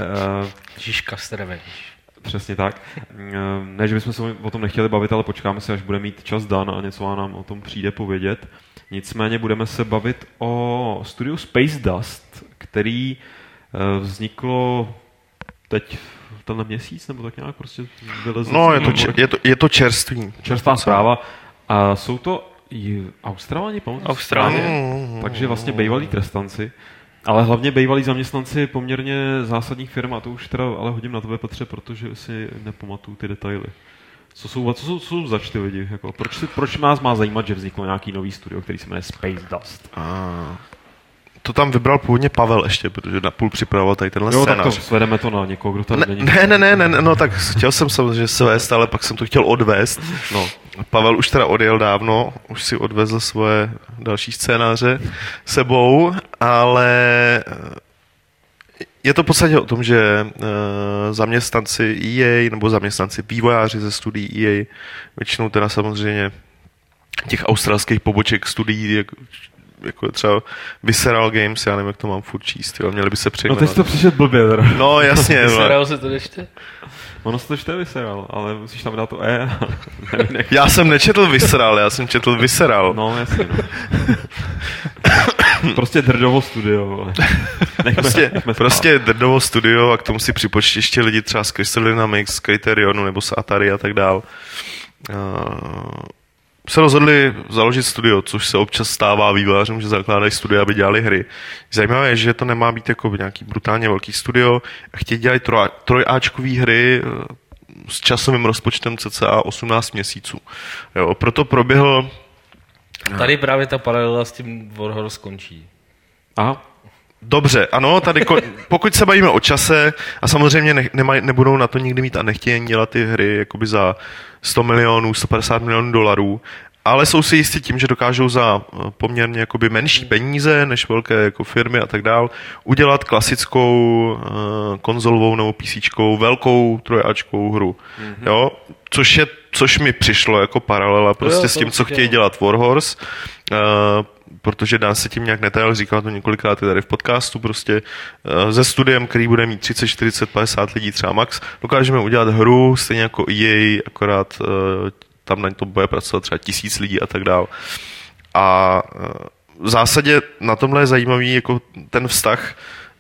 Žižka's Revenge. Přesně tak. Ne, že bychom se o tom nechtěli bavit, ale počkáme se, až bude mít čas dan a něco nám o tom přijde povědět. Nicméně budeme se bavit o studiu Space Dust, který vzniklo teď tenhle měsíc, nebo tak nějak prostě vylezl. No, je to čerstvý. Čerstvá zpráva. A jsou to Australani, Austrálie. Takže vlastně bývalí trestanci. Ale hlavně bývalí zaměstnanci poměrně zásadních firm, a to už teda ale hodím na tebe, Petře, protože si nepamatuju ty detaily. Co jsou zač ty lidi? Jako, proč nás má zajímat, že vzniklo nějaký nový studio, který se jmenuje Space Dust? To tam vybral původně Pavel ještě, protože napůl připravoval tady tenhle scénář. Jo, tak to svedeme to na někoho, kdo tady není. Ne, no tak chtěl jsem samozřejmě svést, ale pak jsem to chtěl odvést. No, Pavel už teda odjel dávno, už si odvezl svoje další scénáře sebou, ale je to v podstatě o tom, že zaměstnanci EA nebo zaměstnanci vývojáři ze studií EA, většinou teda samozřejmě těch australských poboček studií, jako třeba Visceral Games, já nevím, jak to mám furt číst, jo, měli by se přejmenovat. No teď jsi to přišel blbě, teda. No jasně. Visceral se to nečte? Ono se to čte Visceral, ale musíš tam dát to Já jsem nečetl Visceral, já jsem četl Visceral. No jasně, no. Prostě Drdovo studio. Prostě Drdovo studio a k tomu si připočít ještě lidi třeba z Crystal Dynamics, z Criterionu nebo z Atari a tak dál. Se rozhodli založit studio, což se občas stává vývojářům, že zakládají studia, aby dělali hry. Zajímavé je, že to nemá být jako nějaký brutálně velký studio. Chtějí dělat trojáčkový hry s časovým rozpočtem cca 18 měsíců. Jo, proto proběhl... Tady právě ta paralela s tím Warhorse skončí. Aha. Dobře, ano, tady pokud se bavíme o čase a samozřejmě nebudou na to nikdy mít a nechtějí dělat ty hry jakoby za 100 milionů, 150 milionů dolarů, ale jsou si jistí tím, že dokážou za poměrně jakoby menší peníze než velké jako firmy a tak dál udělat klasickou konzolovou nebo PCčkou velkou trojáčkovou hru. Mm-hmm. Jo? Což mi přišlo jako paralela prostě s tím, co chtějí dělat Warhorse, protože Dan se tím nějak netajil, říkal to několikrát tady v podcastu, prostě se studiem, který bude mít 30, 40, 50 lidí třeba max, dokážeme udělat hru, stejně jako EA, akorát tam na to bude pracovat třeba 1000 lidí a tak dál. A v zásadě na tomhle je zajímavý jako ten vztah,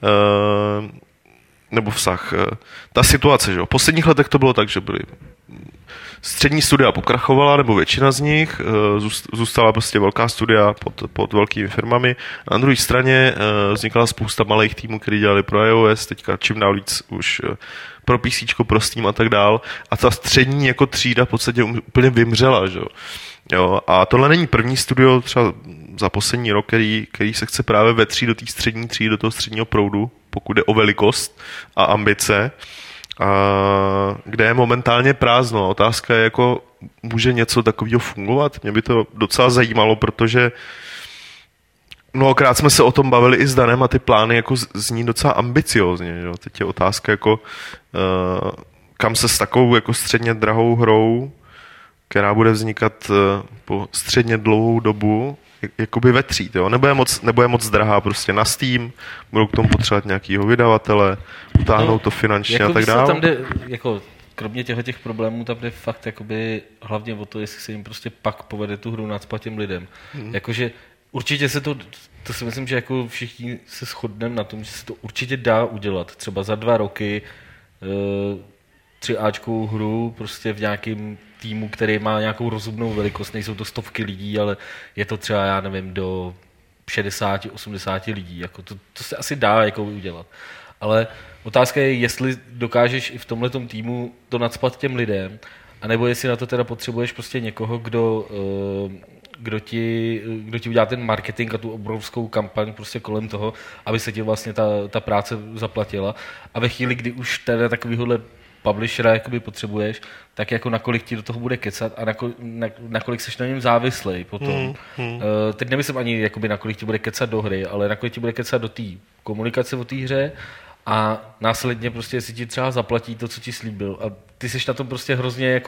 ta situace, že jo. V posledních letech to bylo tak, že byly střední studia pokrachovala, nebo většina z nich, zůstala prostě velká studia pod velkými firmami. A na druhé straně vznikala spousta malých týmů, kteří dělali pro iOS, teďka čím dál víc už pro PC, pro Steam a tak dál. A ta střední jako třída v podstatě úplně vymřela, že jo. A tohle není první studio třeba za poslední rok, který se chce právě vetřít do té střední třídy, do toho středního proudu, pokud jde o velikost a ambice. Kde je momentálně prázdno. Otázka je, jako může něco takového fungovat? Mě by to docela zajímalo, protože mnohokrát jsme se o tom bavili i s Danem a ty plány jako zní docela ambiciozně. Jo? Teď je otázka, jako, kam se s takovou jako středně drahou hrou, která bude vznikat po středně dlouhou dobu, jakoby vetřít, jo? Nebo je moc drahá prostě na Steam, budou k tomu potřebovat nějakýho vydavatele, utáhnout to finančně jako a tak dále. Tam jde, jako, kromě těch problémů, tam jde fakt jakoby, hlavně o to, jestli se jim prostě pak povede tu hru nacpat těm lidem. Jakože určitě se to si myslím, že jako všichni se shodneme na tom, že se to určitě dá udělat. Třeba za 2 roky 3Ačkovou hru prostě v nějakém týmu, který má nějakou rozumnou velikost, nejsou to stovky lidí, ale je to třeba, já nevím, do 60-80 lidí. Jako to se asi dá jako udělat. Ale otázka je, jestli dokážeš i v tomhletom týmu to nacpat těm lidem, anebo jestli na to teda potřebuješ prostě někoho, kdo ti udělá ten marketing a tu obrovskou kampaň prostě kolem toho, aby se ti vlastně ta práce zaplatila. A ve chvíli, kdy už teda takovýhle publishera jakoby potřebuješ, tak jako nakolik ti do toho bude kecat a nakolik seš na něm závislej potom. Teď nemyslím ani jakoby nakolik ti bude kecat do hry, ale nakolik ti bude kecat do té komunikace o té hře a následně prostě jestli ti třeba zaplatí to, co ti slíbil. A ty seš na tom prostě hrozně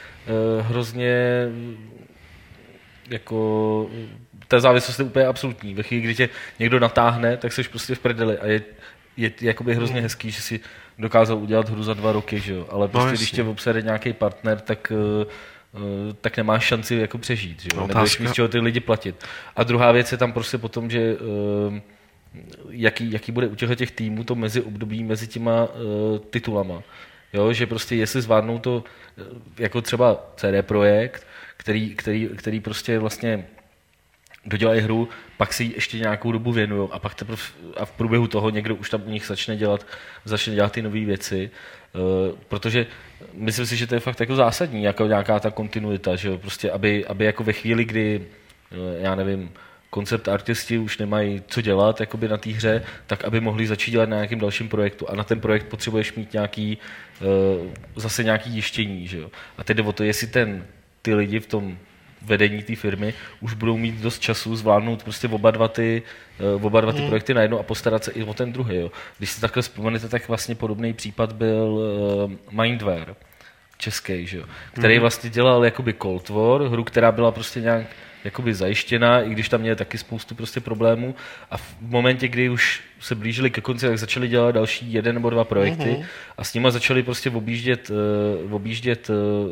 ta závislost je úplně absolutní. Ve chvíli, kdy tě někdo natáhne, tak seš prostě v prdeli a je jakoby hrozně hezký, že si dokázal udělat hru za 2 roky, že jo? Ale prostě když tě obsede nějaký partner, tak nemáš šanci jako přežít, že jo? Nebudeš mít z čeho ty lidi platit. A druhá věc je tam prostě potom, že jaký bude u těch týmů to meziobdobí mezi těma titulama. Jo? Že prostě jestli zvládnou to jako třeba CD Projekt, který prostě vlastně dodělají hru, pak si ji ještě nějakou dobu věnují a pak a v průběhu toho někdo už tam u nich začne dělat ty nové věci, protože myslím si, že to je fakt jako zásadní, jako nějaká ta kontinuita, že jo? Prostě aby jako ve chvíli, kdy já nevím, koncept artisti už nemají co dělat jakoby na té hře, tak aby mohli začít dělat na nějakém dalším projektu a na ten projekt potřebuješ mít zase nějaký jištění, že jo? A teď jde o to, jestli ty lidi v tom vedení té firmy už budou mít dost času zvládnout prostě oba dva ty projekty najednou a postarat se i o ten druhý. Jo. Když si takhle vzpomenete, tak vlastně podobný případ byl Mindware, český, že jo, který vlastně dělal jakoby Cold War, hru, která byla prostě nějak jakoby zajištěná, i když tam měli taky spoustu prostě problémů a v momentě, kdy už se blížili ke konci, tak začali dělat další 1 nebo 2 projekty a s nimi začali prostě objíždět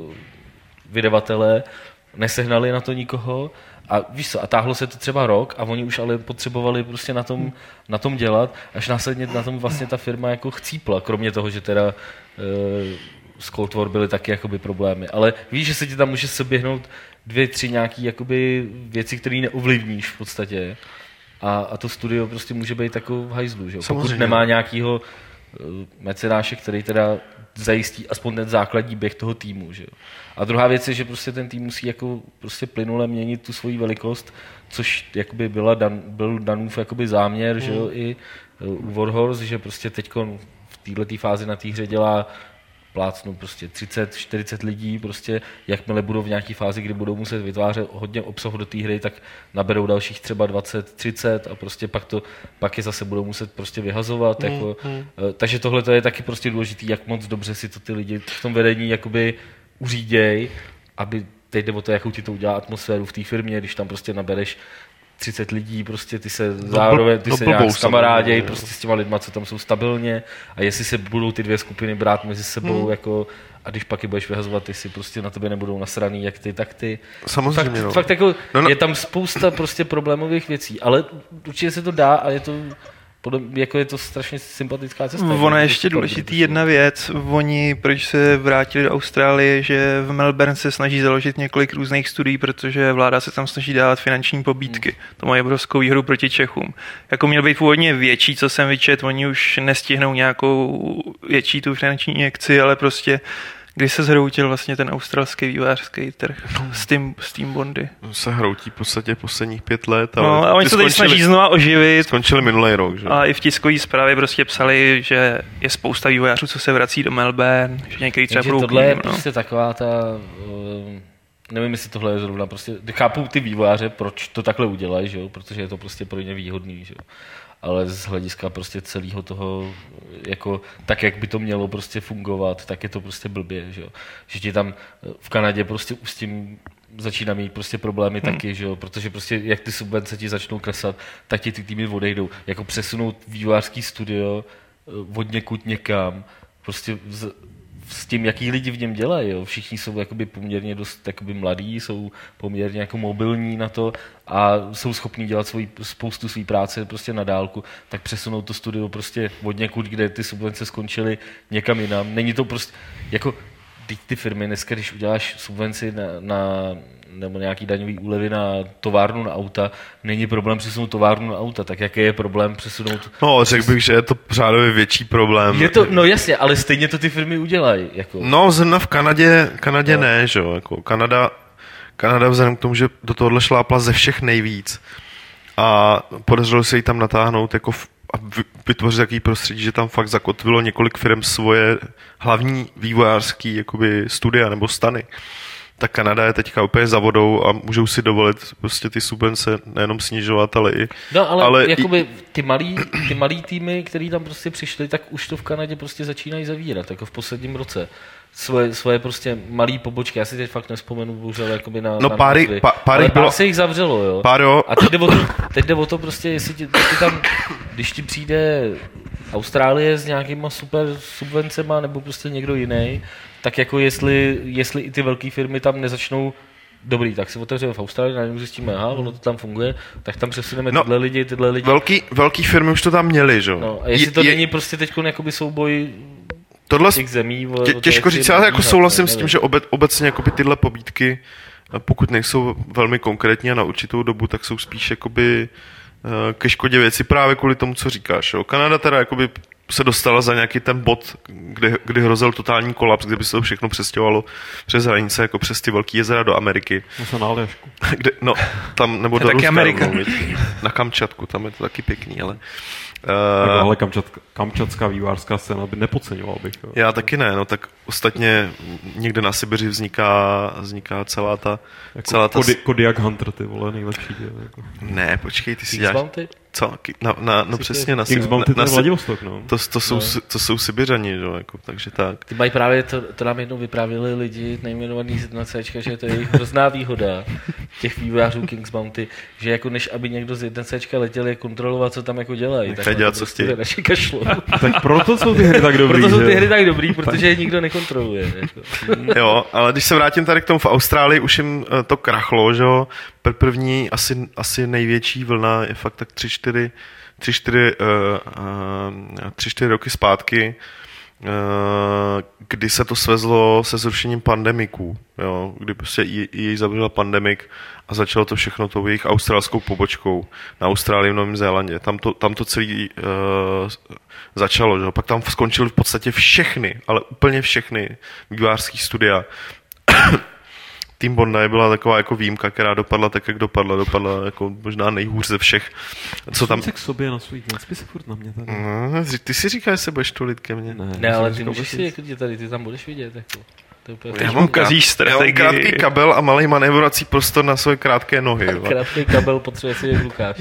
vydavatele, nesehnali na to nikoho a víš co, a táhlo se to třeba rok a oni už ale potřebovali prostě na tom dělat, až následně na tom vlastně ta firma jako chcípla, kromě toho, že teda s Cold War byly taky jakoby problémy. Ale víš, že se ti tam může seběhnout 2, 3 nějaký jakoby věci, které neovlivníš v podstatě a to studio prostě může být takovou v hajzlu, že? Pokud nemá nějakýho mecenáše, který teda zajistí aspoň ten základní běh toho týmu. Že jo. A druhá věc je, že prostě ten tým musí jako prostě plynule měnit tu svoji velikost, což jakoby byl Danův jakoby záměr, že jo, i u Warhorse, že prostě teďko v této fázi na té hře dělá plácnu prostě 30-40 lidí, prostě jakmile budou v nějaké fázi, kdy budou muset vytvářet hodně obsahu do té hry, tak naberou dalších třeba 20-30 a prostě pak je zase budou muset prostě vyhazovat. Takže tohle je taky prostě důležitý, jak moc dobře si to ty lidi v tom vedení jakoby uříděj, aby teď jde o to, jakou ti to udělá atmosféru v té firmě, když tam prostě nabereš 30 lidí, prostě ty se zároveň, ty se nějak kamaráděj prostě s těma lidma, co tam jsou stabilně a jestli se budou ty dvě skupiny brát mezi sebou, jako a když pak je budeš vyhazovat, ty si prostě na tebe nebudou nasraný, jak ty, tak ty. Samozřejmě, fakt jako, je tam spousta prostě problémových věcí, ale určitě se to dá a je to jako je to strašně sympatická cesta. Ono je ještě důležitý jedna věc. Oni, proč se vrátili do Austrálie, že v Melbourne se snaží založit několik různých studií, protože vláda se tam snaží dávat finanční pobídky. To mají obrovskou výhru proti Čechům. Jako měl být původně větší, co jsem vyčet, oni už nestihnou nějakou větší tu finanční injekci, ale prostě když se zhroutil vlastně ten australský vývojářský trh s tím bondy. Se hroutí v podstatě posledních 5 let. Ale a oni se teď snaží znova oživit. Skončili minulý rok. Že? A i v tiskové zprávě prostě psali, že je spousta vývojářů, co se vrací do Melbourne, že některý třeba budou tohle je prostě taková ta... Nevím, jestli tohle je zrovna prostě... Chápu ty vývojáře, proč to takhle udělají, že jo? Protože je to prostě pro ně výhodný, že jo? Ale z hlediska prostě celého toho, jako tak, jak by to mělo prostě fungovat, tak je to prostě blbě, že jo. Že ti tam v Kanadě prostě už s tím začíná mít prostě problémy taky, že jo, protože prostě jak ty subvence ti začnou klesat, tak ti ty týmy odejdou. Jako přesunout vývojářský studio od někud někam, prostě s tím, jaký lidi v něm dělají. Jo. Všichni jsou jakoby poměrně dost jakoby mladí, jsou poměrně jako mobilní na to a jsou schopní dělat spoustu své práce prostě na dálku, tak přesunou to studio prostě od někud, kde ty subvence skončily, někam jinam. Není to prostě, jako ty firmy dneska, když uděláš subvenci nebo nějaký daňový úlevy na továrnu na auta, není problém přesunout továrnu na auta, tak jaký je problém přesunout... No, řekl bych, že je to řádově větší problém. Je to, no jasně, ale stejně to ty firmy udělají. Jako. No, zrovna v Kanadě ne, že jo, jako Kanada vzhledem k tomu, že do tohohle šlápla ze všech nejvíc a podařilo se jí tam natáhnout jako a vytvořit takový prostředí, že tam fakt zakotvilo několik firm svoje hlavní vývojářský jakoby studia nebo stany. Tak Kanada je teďka úplně za vodou a můžou si dovolit prostě ty subvence nejenom snižovat, ale i... No, ale jakoby ty malý týmy, který tam prostě přišli, tak už to v Kanadě prostě začínají zavírat, jako v posledním roce. Svoje prostě malý pobočky, já si teď fakt nespomenu, bohužel, jakoby na pár bylo... se jich zavřelo, jo. Pár jo. A teď jde o to prostě, jestli ti tam, když ti přijde Austrálie s nějakýma super subvencema, nebo prostě někdo jiný, tak jako jestli i ty velké firmy tam nezačnou, dobrý, tak si otevřeme v Austrálii, najednou zjistíme, aha, ono to tam funguje, tak tam přesuneme tyhle lidi. Velký firmy už to tam měli, že jo. No, a jestli to není prostě teď jakoby souboj těch zemí. Těžko říct, já jako souhlasím s tím, že obecně jakoby tyhle pobídky, pokud nejsou velmi konkrétní a na určitou dobu, tak jsou spíš jakoby ke škodě věci právě kvůli tomu, co říkáš. Jo. Kanada teda jakoby se dostala za nějaký ten bod, kdy hrozil totální kolaps, kdyby se to všechno přestěhovalo přes hranice, jako přes ty velký jezera do Ameriky. Na Aljašku. Tam, nebo do Ruska. Amerika. Na Kamčatku, tam je to taky pěkný, ale... ale kamčatská vývojářská scéna by nepodceňoval bych. Jo. Já taky ne, no tak ostatně někde na Sibiři vzniká celá ta... Kodiak Hunter, ty vole, nejlepší děl. Jako. Ne, počkej, ty si děláš... Co? No přesně na Vladivostok, no. To jsou Sibiřani, jo, jako, takže tak. Ty mají právě, to nám jednou vyprávěli lidi nejmenovaný z 1C, že to je jejich hrozná výhoda těch vývojářů Kings Bounty, že jako než aby někdo z 1C letěl je kontrolovat, co tam jako dělají. Tak dělat, co chtějí. Tak proto jsou ty hry tak dobrý. Proto jsou ty hry tak dobrý, protože je nikdo nekontroluje. Jako. Jo, ale když se vrátím tady k tomu, v Austrálii už jim to krachlo, že jo. První asi největší vlna je fakt tak 3-4 roky zpátky, kdy se to svezlo se zrušením pandemiků, jo, kdy prostě jej zavřela pandemik a začalo to všechno tou jejich australskou pobočkou na Austrálii v Novém Zélandě. Tam to celý začalo, že? Pak tam skončily v podstatě všechny, ale úplně všechny vývojářský studia. Team Bondi byla taková jako výjimka, která dopadla tak, jak dopadla jako možná nejhůř ze všech. Co tam... k sobě na svůj nespí se furt na mě tady. No, ty si říkáš, že se budeš tulit ke mně. Ne, ale ty můžeš si tady, ty tam budeš vidět. Jako. Já mám krátký kabel a malý manévrovací prostor na svoje krátké nohy. Krátký kabel potřebuje si jak Lukáš.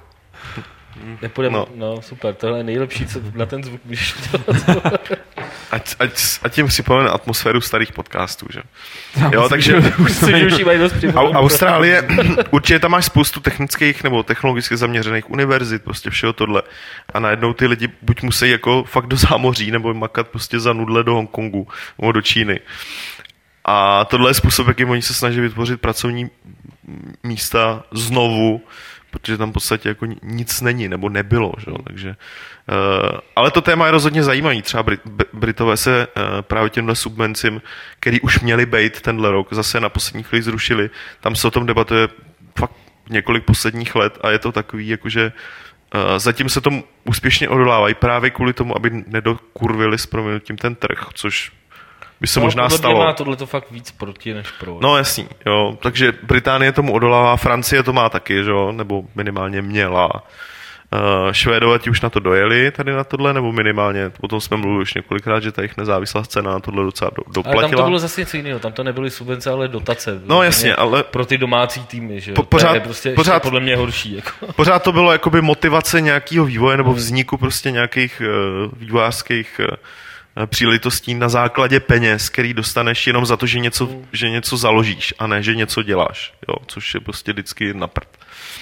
Nepůjdeme, no super, tohle je nejlepší, co na ten zvuk můžeš udělat. Ať tím připomene atmosféru starých podcastů, že? Jo, takže Austrálie, určitě tam máš spoustu technických nebo technologicky zaměřených univerzit, prostě všeho tohle. A najednou ty lidi buď musí jako fakt do zámoří, nebo makat prostě za nudle do Hongkongu, nebo do Číny. A tohle je způsob, jakým oni se snaží vytvořit pracovní místa znovu, protože tam v podstatě jako nic není, nebo nebylo, že? Takže, ale to téma je rozhodně zajímavý. Třeba Britové se právě těmhle subvencím, který už měli být tenhle rok, zase na poslední chvíli zrušili. Tam se o tom debatuje fakt několik posledních let a je to takový, jakože zatím se tomu úspěšně odolávají právě kvůli tomu, aby nedokurvili s prominutím ten trh, což by se možná stalo. Má tohle to fakt víc proti než pro. No jasný, jo. Takže Británie tomu odolává, Francie to má taky, že jo, nebo minimálně měla. Švédové ti už na to dojeli tady na tohle, nebo minimálně, potom jsme mluvili už několikrát, že ta jejich nezávislá scéna na tohle docela doplatila. Ale tam to bylo zase něco jiného, tam to nebyly subvence, ale dotace. No jasně, ale pro ty domácí týmy, že jo, pořád, to je prostě pořád, podle mě horší. Jako. Pořád to bylo jakoby motivace nějakého vývoje nebo vzniku prostě nějakých vývojářských příležitostí na základě peněz, který dostaneš jenom za to, že něco založíš a ne, že něco děláš, jo, což je prostě vždycky na prd.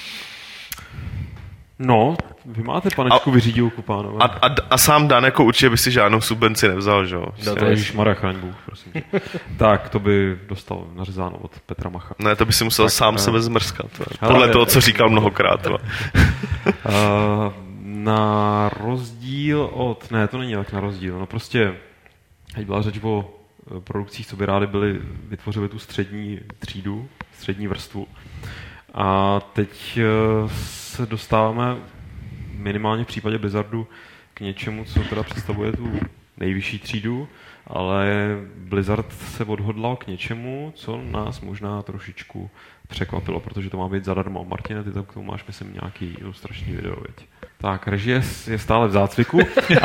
No, vy máte panečku vyřídilku, pánové. A sám Dan jako určitě by si žádnou subvenci nevzal, že jo? Ježišmarja, chraň Bůh, prosím tě. Tak, to by dostal nařezáno od Petra Macha. Ne, to by si musel tak, sám sebe zmrskat. Podle toho, co říkal mnohokrát. Na rozdíl od... Ne, to není tak na rozdíl. No prostě, teď byla řeč o produkcích, co by rádi vytvořili tu střední třídu, střední vrstvu. A teď se dostáváme minimálně v případě Blizzardu k něčemu, co teda představuje tu nejvyšší třídu, ale Blizzard se odhodlal k něčemu, co nás možná trošičku překvapilo, protože to má být zadarmo. Martine, ty tam k tomu máš, myslím, nějaký ilustrační video, veď? Tak, režie je stále v zácviku,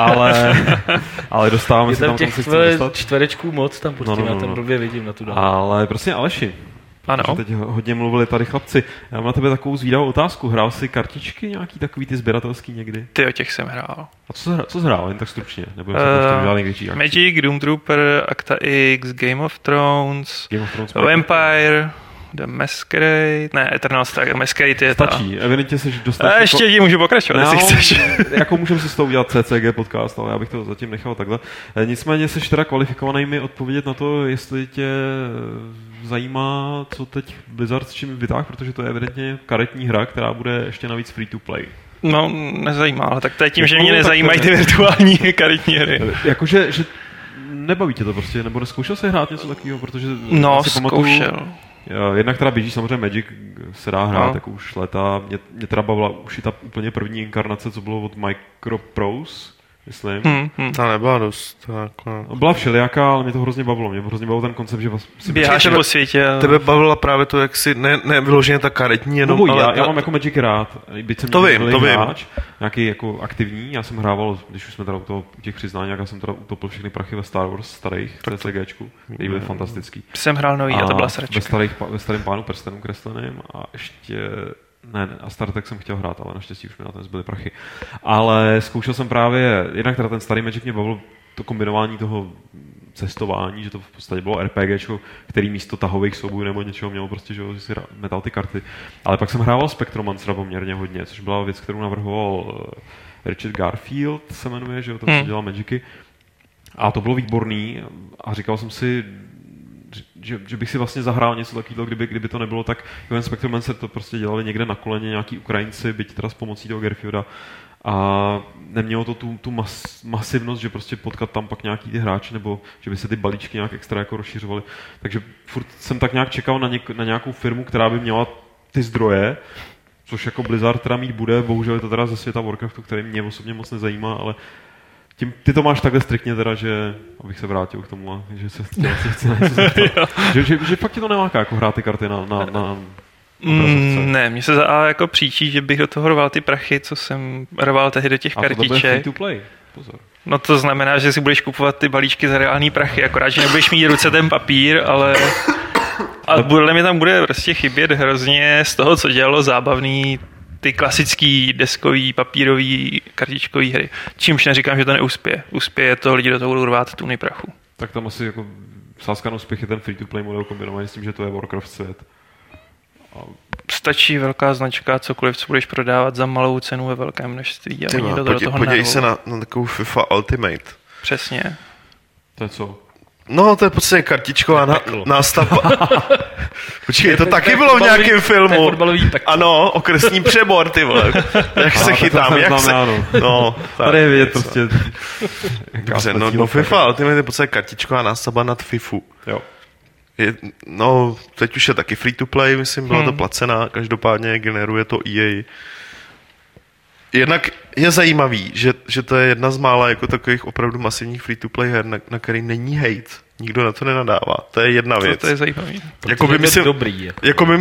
ale dostáváme se tam, kam se chceme dostat. Čtverečků moc tam prostě, já tam blbě vidím na tu dále. Ale prostě Aleši, ano. Teď hodně mluvili tady chlapci. Já mám na tebe takovou zvídavou otázku. Hrál jsi kartičky nějaký takový ty sběratelský někdy? Ty o těch jsem hrál. A co jsi hrál? Jen tak stručně. Nebudem se žádný větší akci. Magic, Doom Trooper, Acta X, Game of Thrones Vampire, The Masquerade, ne, Eternal Star, Masquerade je stačí, evidentně jsi dostat... A ještě ti můžu pokračovat, jestli chceš. Jako můžeme si s tou udělat CCG podcast, ale já bych to zatím nechal takhle. Nicméně jsi teda kvalifikovaný mi odpovědět na to, jestli tě zajímá, co teď Blizzard s čím vytáhl, protože to je evidentně karetní hra, která bude ještě navíc free to play. No, nezajímá, ale tak to je tím, že mě nezajímají ty virtuální karetní hry. Jakože, že nebaví tě to prostě, nebo neskoušel jsi hrát něco takového, protože... No, zkoušel. Jednak teda běží samozřejmě Magic, se dá hrát jako už leta. Mě teda bavila už i ta úplně první inkarnace, co bylo od Microprose, myslím. Ta nebyla dost. Byla všelijaká, ale mě to hrozně bavilo. Mě hrozně bavil ten koncept, že si běháš po světě. Tebe bavila právě to, jak si ne vyloženě ta karetní jenom, no, ale já mám jako Magic rád. Byť jsem to vím. Hráč, nějaký jako aktivní. Já jsem hrával, když už jsme teda u těch přiznání, já jsem teda utopil všechny prachy ve Star Wars starých CCGčku, který byly fantastický. Jsem hrál nový a to byla sračka. Ve starém Pánu prstenů kresleným a ještě... Ne, a Star Trek jsem chtěl hrát, ale naštěstí už mi na ten zbyly prachy. Ale zkoušel jsem právě, jednak teda ten starý Magic mě bavil to kombinování toho cestování, že to v podstatě bylo RPGčko, který místo tahových soubojů nebo něčeho mělo prostě, že si metal ty karty. Ale pak jsem hrával Spectromancera poměrně hodně, což byla věc, kterou navrhoval Richard Garfield, se jmenuje, že jo, to dělal Magicy. A to bylo výborný a říkal jsem si, že bych si vlastně zahrál něco takového, kdyby to nebylo tak, ten Spectromancer to prostě dělali někde na koleně nějaký Ukrajinci, byť teda s pomocí toho Garfielda a nemělo to tu masivnost, že prostě potkat tam pak nějaký ty hráči, nebo že by se ty balíčky nějak extra jako rozšiřovaly. Takže furt jsem tak nějak čekal na nějakou firmu, která by měla ty zdroje, což jako Blizzard teda mít bude, bohužel je to teda ze světa Warcraftu, který mě osobně moc nezajímá, ale ty to máš takhle striktně teda, abych se vrátil k tomu, že se chci něco zeptat. že fakt ti to nemáká jako hrát ty karty na ne, mně se jako příčí, že bych do toho rval ty prachy, co jsem rval tehdy do těch kartiček. A to bude free to play, pozor. No to znamená, že si budeš kupovat ty balíčky za reální prachy, akorát, že nebudeš mít ruce ten papír, ale... A podle mě tam bude prostě chybět hrozně z toho, co dělalo zábavný ty klasický deskový, papírový, kartičkový hry. Čímž neříkám, že to neuspěje. Uspěje to, lidi do toho budou rvát tuny prachu. Tak tam asi jako sázka na úspěch je ten free-to-play model kombinovaný s tím, že to je Warcraft svět. Stačí velká značka, cokoliv, co budeš prodávat za malou cenu ve velkém množství. Podívej se na takovou FIFA Ultimate. Přesně. To je co? No, to je prostě kartičková nástavba. Počkej, to taky bylo v nějakém filmu. Ano, okresní přebor, ty vole. Jak se chytám, jak se... No, tady je vidět prostě. Dobře, no FIFA Ultimate je prostě kartičková nástavba nad FIFU. Jo. No, teď už je taky free to play, myslím, byla to placená, každopádně generuje to EA. Jednak je zajímavý, že to je jedna z mála jako takových opravdu masivních free to play her, na který není hate. Nikdo na to nenadává. To je jedna věc. To je zajímavý. Jakoby myslím, dobrý. Jakoby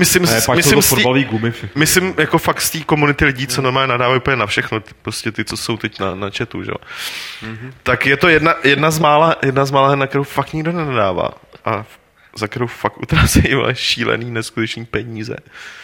myslím jako fakt z té komunity lidí, co normálně nadávají úplně na všechno, prostě ty, co jsou teď na chatu, že? Tak je to jedna z mála her, na kterou fakt nikdo nenadává. A za kterou fakt utrácejí šílený, neskutečný peníze.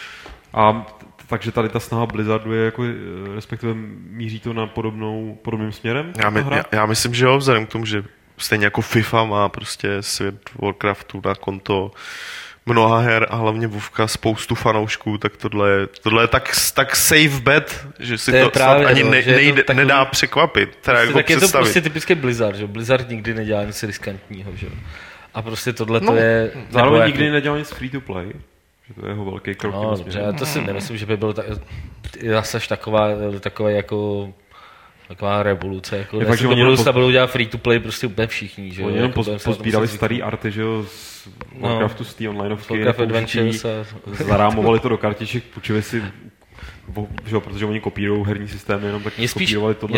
A takže tady ta snaha Blizzardu je jako, respektive míří to na podobným směrem? Já myslím, že jo, vzhledem k tomu, že stejně jako FIFA má prostě svět Warcraftu na konto mnoha her a hlavně Vovka spoustu fanoušků, tak tohle je tak safe bet, že si to snad ani nedá překvapit. Tak je to prostě typický Blizzard, že? Blizzard nikdy nedělá nic riskantního, že? A prostě tohle to je... Zároveň nikdy nedělal nic free to play. Že to je jeho velký krok. No, dobře, já to si nemyslím, že by bylo zase taková jako taková revoluce. Jako je fakt, že oni budou dělat free to play prostě úplně všichni. Že oni jenom pozbírali starý arty, že jo, z Warcraftu, z té onlineovky. Warcraft Adventures. Zarámovali to do kartiček, půjčili si, že jo, protože oni kopírují herní systémy, jenom tak kopírovali tohle.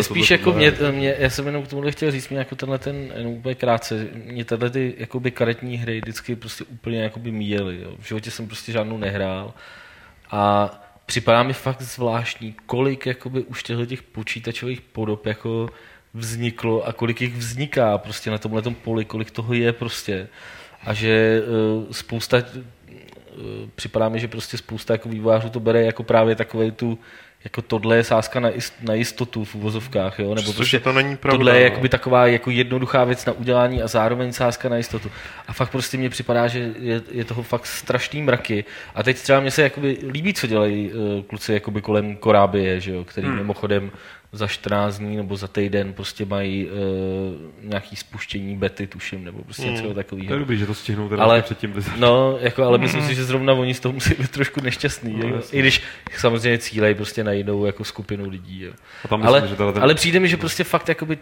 Já jsem jenom k tomu chtěl říct, mě jako tenhle ten, jenom úplně krátce, mě tyhle ty jakoby karetní hry vždycky prostě úplně jakoby míjely. Jo. V životě jsem prostě žádnou nehrál a připadá mi fakt zvláštní, kolik jakoby už těch počítačových podob jako vzniklo a kolik jich vzniká prostě na tomhletom poli, kolik toho je prostě. A že spousta, připadá mi, že prostě spousta jako vývojářů to bere jako právě takovej tu, jako tohle je sázka na jistotu v uvozovkách, jo? Nebo prostě to není pravda, tohle je jakoby taková jako jednoduchá věc na udělání a zároveň sázka na jistotu. A fakt prostě mně připadá, že je toho fakt strašný mraky. A teď třeba mně se jakoby líbí, co dělají kluci jakoby kolem Korábie, že jo? Který mimochodem za 14 dní nebo za týden prostě mají nějaký spuštění bety, tuším, nebo prostě něco takového. To je dobrý, že to stihnou teda předtím. No, jako, ale myslím si, že zrovna oni z toho musí být trošku nešťastný. No, i když samozřejmě cílejí prostě na jinou jako skupinu lidí. Jo. Ale přijde mi, že prostě fakt jakoby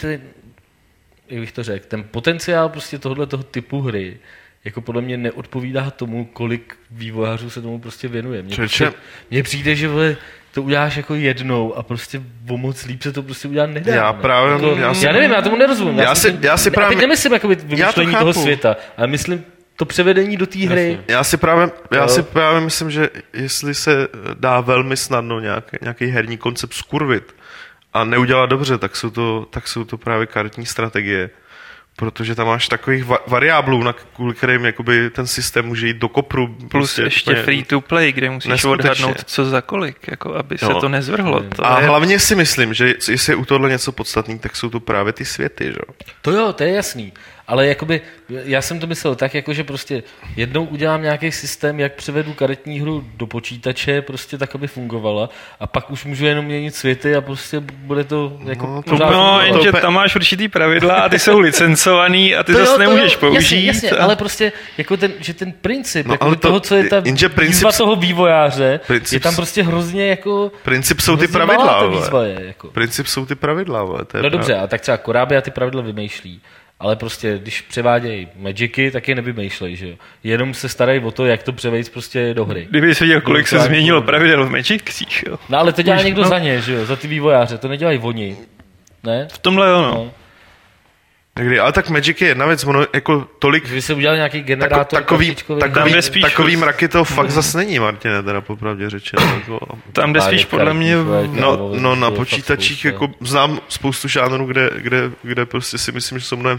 jak bych to řekl, ten potenciál prostě tohoto typu hry jako podle mě neodpovídá tomu, kolik vývojářů se tomu prostě věnuje. Mně přijde, že to uděláš jako jednou a prostě o moc líp se to prostě udělat nedá. Já nevím, já tomu nerozumím. Já teď nemyslím jakoby vymýšlení toho světa, ale myslím to převedení do té hry. Já si právě myslím, že jestli se dá velmi snadno nějaký herní koncept skurvit a neudělat dobře, tak jsou to právě karetní strategie. Protože tam máš takových variáblů, kvůli kterým jakoby ten systém může jít do kopru. Plus prostě ještě free to play, kde musíš odhadnout, co za kolik, jako aby se to nezvrhlo. Hlavně si myslím, že jestli je u tohle něco podstatný, tak jsou to právě ty světy. Že? To jo, to je jasný. Ale jakoby, já jsem to myslel tak, jako, že prostě jednou udělám nějaký systém, jak převedu karetní hru do počítače, prostě tak, aby fungovala a pak už můžu jenom měnit světy a prostě bude to jako jenže tam máš určitý pravidla a ty jsou licencovaný a ty zase nemůžeš použít. Jasně, ale prostě jako ten princip jako toho, co je ta výzva toho vývojáře, je tam prostě hrozně jako... Princip jsou ty pravidla. Jako. Princip jsou ty pravidla. No dobře, a tak třeba Korábia ty pravidla vymýšlí. Ale prostě, když převádějí Magicy, tak je nevymýšlej, že jo. Jenom se starají o to, jak to převést prostě do hry. Kdyby jsi viděl, kolik se změnilo pravidel v Magicích, jo. No ale to dělá někdo za ně, že jo, za ty vývojáře, to nedělají oni. Ne? V tomhle jo, no. Ale tak Magic je jedna věc, ono jako tolik... Když se udělal nějaký generátor takový mraky to fakt zas není, Martine, teda popravdě řečeno. Jako, tam jde spíš podle mě... No na počítačích jako znám spoustu žánrů, kde prostě si myslím, že jsou mnohem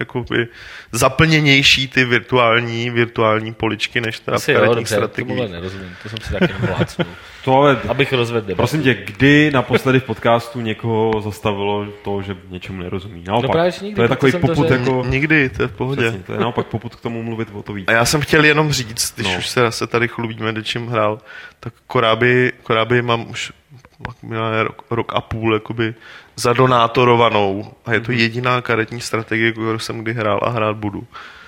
zaplněnější ty virtuální poličky, než teda v karetních strategiích. Tomuhle nerozumím, to jsem si taky neplácnul. Abych rozvedl debatu. Prosím tě, kdy naposledy v podcastu někoho zastavilo to, že něčemu nerozumí? Naopak, to je takový popud jako... Nikdy, to je v pohodě. Přesně, to je naopak popud k tomu mluvit o to víc. A já jsem chtěl jenom říct, když už se tady chlubíme, čím hrál, tak Koráby mám už rok a půl jakoby zadonátorovanou a je to jediná karetní strategie, kterou jsem kdy hrál a hrát budu.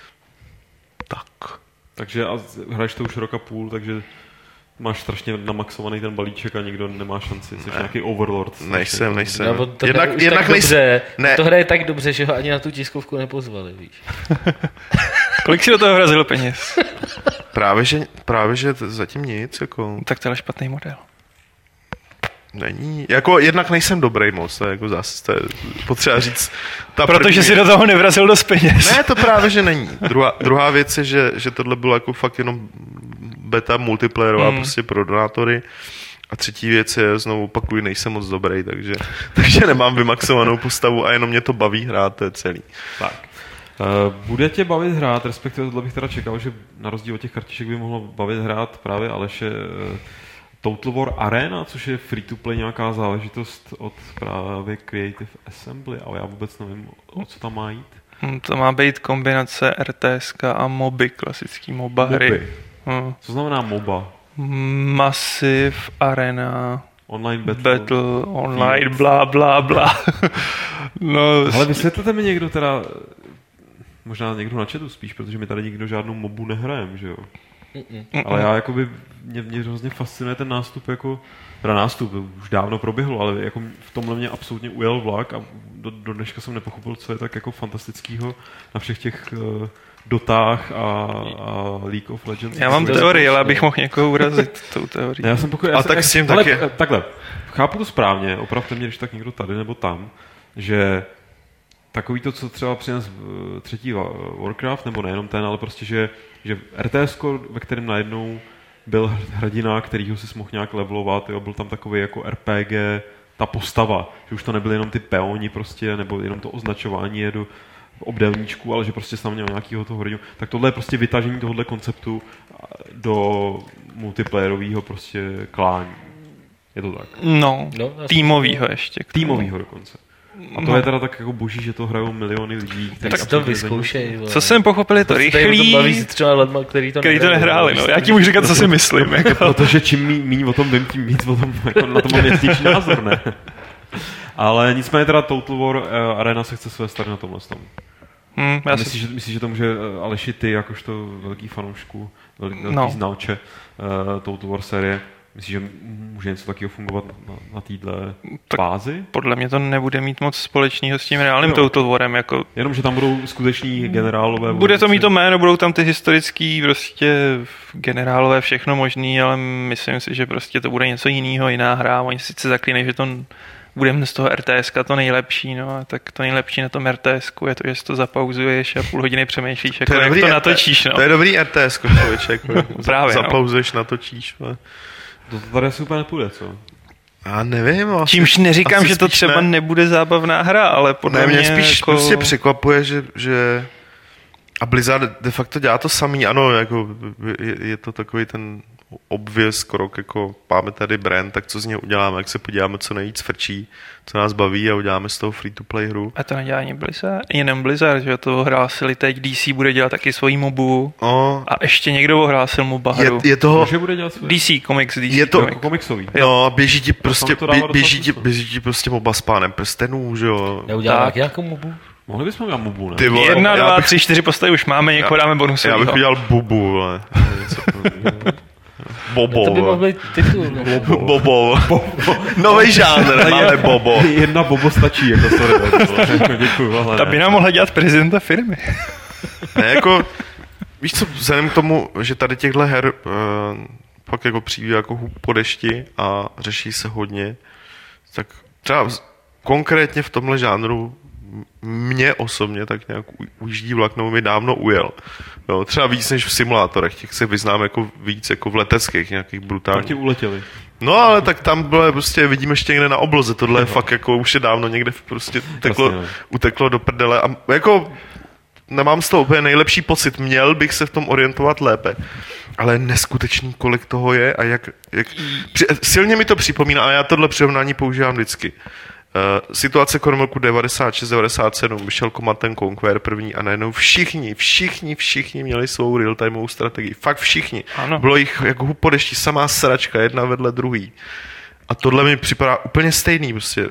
Tak. Takže a hraješ to už rok a půl, takže máš strašně namaxovaný ten balíček a nikdo nemá šanci. Jsi nějaký overlord. Nejsem. No, jednak nejsem. To hraje tak dobře, že ho ani na tu tiskovku nepozvali, víš. Kolik si do toho vrazil peněz? Právě, že zatím nic. Jako... Tak to je špatný model. Není. Jako jednak nejsem dobrý moc, to je jako zase to je potřeba říct. Protože si do toho nevrazil dost peněz. Ne, to právě, že není. Druhá věc je, že tohle bylo jako fakt jenom beta multiplayerová prostě pro donátory. A třetí věc je, znovu opakuju, nejsem moc dobrý, takže nemám vymaxovanou postavu a jenom mě to baví hrát, to je celý. Tak. Bude tě bavit hrát, respektive tohle bych teda čekal, že na rozdíl od těch kartiček by mohlo bavit hrát právě Aleše Total War Arena, což je free-to-play nějaká záležitost od právě Creative Assembly, ale já vůbec nevím, o co tam má jít. To má být kombinace RTS a MOBY, klasický MOBA hry. Co znamená MOBA? Massive Arena Online Battle Online, blá, blá, blá. No, ale vysvětlete mi někdo teda, možná někdo na chatu spíš, protože my tady nikdo žádnou mobu nehrajeme, že jo? Ale já jakoby, mě hrozně fascinuje ten nástup, jako, teda nástup, už dávno proběhlo, ale jako v tomhle mě absolutně ujel vlak a do dneška jsem nepochopil, co je tak jako fantastického na všech těch Dotách a League of Legends. Já mám teorii, ale abych mohl někoho urazit tou teorií. Já jsem tak s tím taky. Takhle, chápu to správně, opravdu mě, když tak někdo tady nebo tam, že takový to, co třeba přines třetí Warcraft, nebo nejenom ten, ale prostě, že RTS-ko, ve kterém najednou byl hrdina, kterýho si mohl nějak levelovat, jo, byl tam takový jako RPG, ta postava, že už to nebyly jenom ty peoni prostě, nebo jenom to označování je do obdélníčku, ale že prostě tam měl nějakýho toho hrdinu. Tak tohle je prostě vytažení tohohle konceptu do multiplayerového prostě klání. Je to tak? No týmovýho ještě. Týmovýho dokonce. A to je teda tak jako boží, že to hrajou miliony lidí. Tak to vyzkoušej. Co jsem pochopil, je to rychlý. To baví si třeba lidma, který to nehráli. No. Já ti můžu říkat, co si myslím. Jako. Protože čím míň o tom vím, tím víc o tom, jako na to mám jasnější názor, ne? Ale nicméně teda Total War Arena se chce svést tady na tomhle tom. Myslíš, že to může Aleši ty, jakožto velký fanoušku, velký znalče Total War série, myslíš, že může něco takového fungovat na této bázi? Podle mě to nebude mít moc společného s tím reálným Total Warem. Jako... Jenom, že tam budou skuteční generálové. Bude to mít to jméno, budou tam ty historický prostě generálové, všechno možný, ale myslím si, že prostě to bude něco jiného, jiná hra. Oni sice zaklínají, že to budeme z toho RTSka to nejlepší, no a tak to nejlepší na tom RTSku je to, že si to zapauzuješ a půl hodiny přemýšlíš, jako, jak to natočíš. No. To je dobrý RTS, člověče. Právě, zapauzuješ, natočíš. To tady asi úplně nepůjde, co? Já nevím. Čímž neříkám, že to třeba nebude zábavná hra, ale podle mě spíš jako... prostě překvapuje, že... A Blizzard de facto dělá to samý, ano, jako je to takový ten obvious krok, jako máme tady brand, tak co z něho uděláme, jak se podíváme, co nejvíc frčí, co nás baví a uděláme z toho free-to-play hru. A to nedělá ani Blizzard, jenom Blizzard, že to ohrásili teď, DC bude dělat taky svoji mobu a ještě někdo ohrásil moba hru. Je toho... Že bude dělat DC Comics, DC je to Comics. Komiksový. No, běží ti prostě moba s Pánem prstenů, že jo. Neudělá nějakou mobu? Mohli bychom udělat mobu, ne? 1, 2, 3, 4 postavy už máme, někoho dáme bonusovýho. Já bych udělal bubu, ale... Bobo. To by mohl být titul. Bobo. Nový žánr, máme Bobo. Jedna Bobo stačí, jako sorry. Děkuju, ale ta by nám mohla dělat prezidenta firmy. Ne, jako, víš co, vzhledem k tomu, že tady těchto her pak jako přijde jako hůb po dešti a řeší se hodně, tak třeba konkrétně v tomhle žánru mě osobně tak nějak ujíždí vlak, nebo mi dávno ujel. Jo, třeba víc než v simulátorech, těch se vyznám jako víc jako v leteckých nějakých brutálních. Tak ti uletěli. No ale tak tam bylo prostě, vidím ještě někde na obloze, tohle je fakt jako už je dávno někde prostě uteklo do prdele a jako nemám z toho úplně nejlepší pocit, měl bych se v tom orientovat lépe, ale neskutečný, kolik toho je a jak silně mi to připomíná a já tohle přirovnání používám vždycky. Situace Cormelku 96-97 vyšel Command & Conquer první a najednou všichni měli svou real-timeovou strategii. Fakt všichni. Ano. Bylo jich jako hub po dešti, samá sračka, jedna vedle druhý. A tohle mi připadá úplně stejný. Prostě.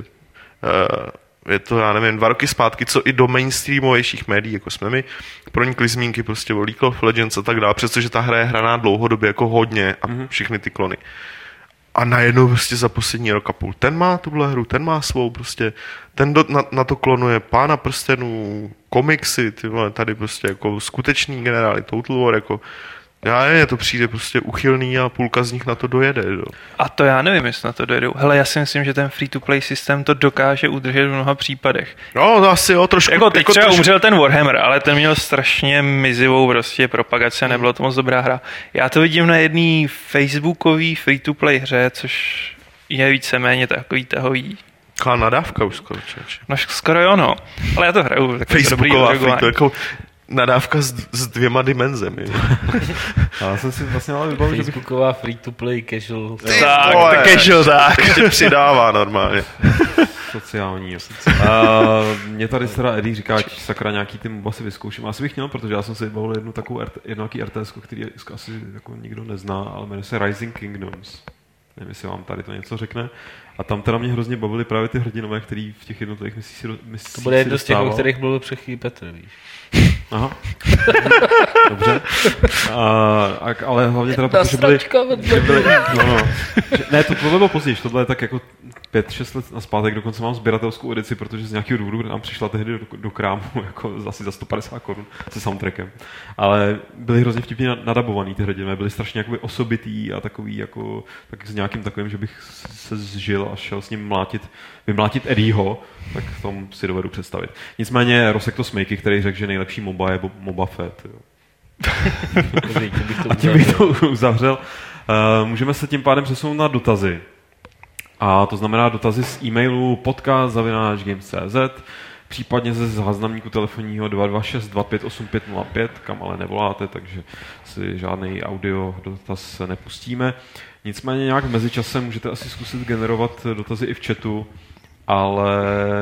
Je to, já nevím, 2 roky zpátky, co i do mainstreamovějších médií, jako jsme my, pronikly zmínky prostě o League of Legends a tak dále, přestože ta hra je hraná dlouhodobě jako hodně a všechny ty klony. A najednou prostě za poslední rok a půl, ten má tuhle hru, ten má svou prostě, ten na to klonuje Pána prstenů, komiksy, tady prostě jako skutečný generály, Total War, jako já nevím, to přijde prostě uchylný a půlka z nich na to dojede. Jo. A to já nevím, jestli na to dojedou. Hele, já si myslím, že ten free-to-play systém to dokáže udržet v mnoha případech. No, asi jo, trošku. Jako teď třeba umřel ten Warhammer, ale ten měl strašně mizivou prostě propagaci a nebylo to moc dobrá hra. Já to vidím na jedné facebookové free-to-play hře, což je víceméně takový tahový. Taková nadávka už skoro, člověče. No skoro jo, no. Ale já to hraju. Facebooková free-to-play, nadávka s 2 dimenzemi. Já jsem si vlastně ale vybavil, že Facebooková free-to-play casual. Tak, casual, tak. Ještě přidává normálně. Sociální. Mě tady teda Eddie říká, ať sakra nějaký ty MOBA si vyzkouším. Asi bych měl, protože já jsem si vybavil jednu takový RTS, který asi jako nikdo nezná, ale jmenuje se Rising Kingdoms. Nevím, jestli vám tady to něco řekne. A tam teda mě hrozně bavily právě ty hrdinové, který v těch jednotlivých misích to bude jedno z těch, o kterých mluvil přechý Petr, víš. Aha. Dobře. Ale hlavně teda, protože byly... Ne, to bylo později, tohle je tak jako 5-6 let naspátek, dokonce mám sběratelskou edici, protože z nějakého důvodu nám přišla tehdy do krámu jako asi za 150 Kč se soundtrackem. Ale byly hrozně vtipně nadabovaný ty hrdinové, byly strašně jakoby osobitý a takový jako tak s nějakým takovým, že bych se zžil a šel s ním vymlátit Eddieho, tak v tom si dovedu představit. Nicméně Rosek Smejky, který řekl, že nejlepší MOBA je Moba Fett. Jo. A tím bych to uzavřel. Můžeme se tím pádem přesunout na dotazy. A to znamená dotazy z e-mailu podcast@games.cz, případně ze záznamníku telefonního 226 258505, kam ale nevoláte, takže si žádný audio dotaz nepustíme. Nicméně nějak v mezičase můžete asi zkusit generovat dotazy i v chatu, ale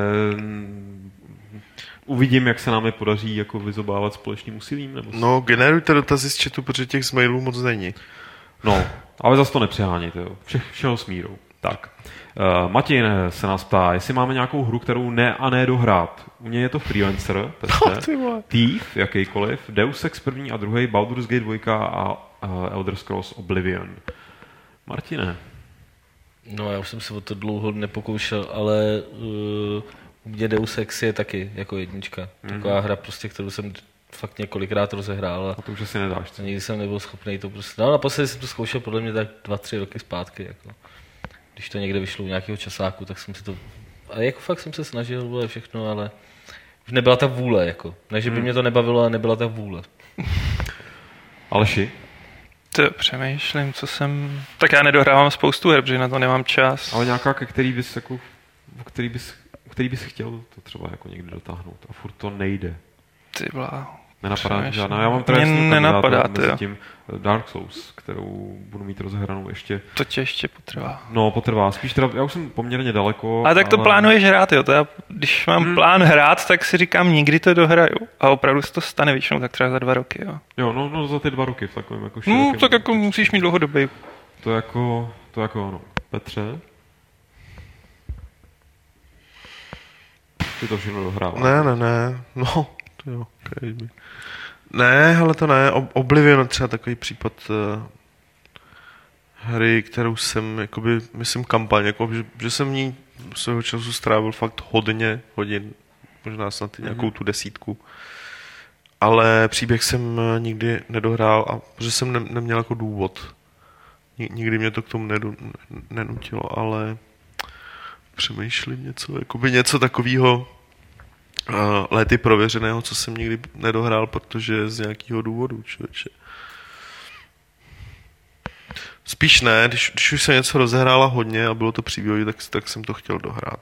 uvidím, jak se nám je podaří jako vyzobávat společným úsilím. Nebo no, generujte dotazy z chatu, protože těch z mailů moc není. No, ale zase to nepřehánějte, jo. Všeho s mírou. Tak. Matěj se nás ptá, jestli máme nějakou hru, kterou ne dohrát. U něj je to Freelancer, Thief, jakýkoliv, Deus Ex 1. a 2., Baldur's Gate 2 a Elder Scrolls Oblivion. Martine. No, já už jsem se o to dlouho nepokoušel, ale u mě Deus Ex je taky jako jednička. Taková hra, prostě, kterou jsem fakt několikrát rozehrál. A to už asi nedáš. Nikdy jsem nebyl schopný to prostě... No, naposledy jsem to zkoušel podle mě tak 2-3 roky zpátky. Jako. Když to někde vyšlo u nějakého časáku, tak jsem si to... A jako fakt jsem se snažil, bylo všechno, ale už nebyla ta vůle, jako. Ne, že by mě to nebavilo, ale nebyla ta vůle. Aleši? To přemýšlím, co jsem... Tak já nedohrávám spoustu her, protože na to nemám čas. Ale nějaká, který bys chtěl to třeba jako někdy dotáhnout a furt to nejde. Ty blá. Nenapadá žádná. Já mám teda mezi tím Dark Souls, kterou budu mít rozehranou ještě. To tě ještě potrvá. No, potrvá. Spíš teda, já už jsem poměrně daleko. A tak to plánuješ hrát, jo. Když mám plán hrát, tak si říkám, nikdy to dohraju. A opravdu se to stane většinou tak třeba za 2 roky, jo. Jo, no za ty 2 roky v takovém jako širokém. No, tak jako musíš mít dlouhodobý. To jako ono. Petře? Ty to všechno dohráváš. Ne. No, to jo, crazy. Ne, ale to ne. Oblivion třeba takový případ hry, kterou jsem, jakoby, myslím kampaň, jako, že jsem v ní svého času strávil fakt hodně hodin, možná snad nějakou tu 10. Ale příběh jsem nikdy nedohrál, a protože jsem neměl jako důvod. Nikdy mě to k tomu nenutilo, ale přemýšlím něco takového. léty prověřeného, co jsem nikdy nedohrál, protože z nějakého důvodu, člověče. Spíš ne, když už se něco rozehrála hodně a bylo to příběhový, tak jsem to chtěl dohrát.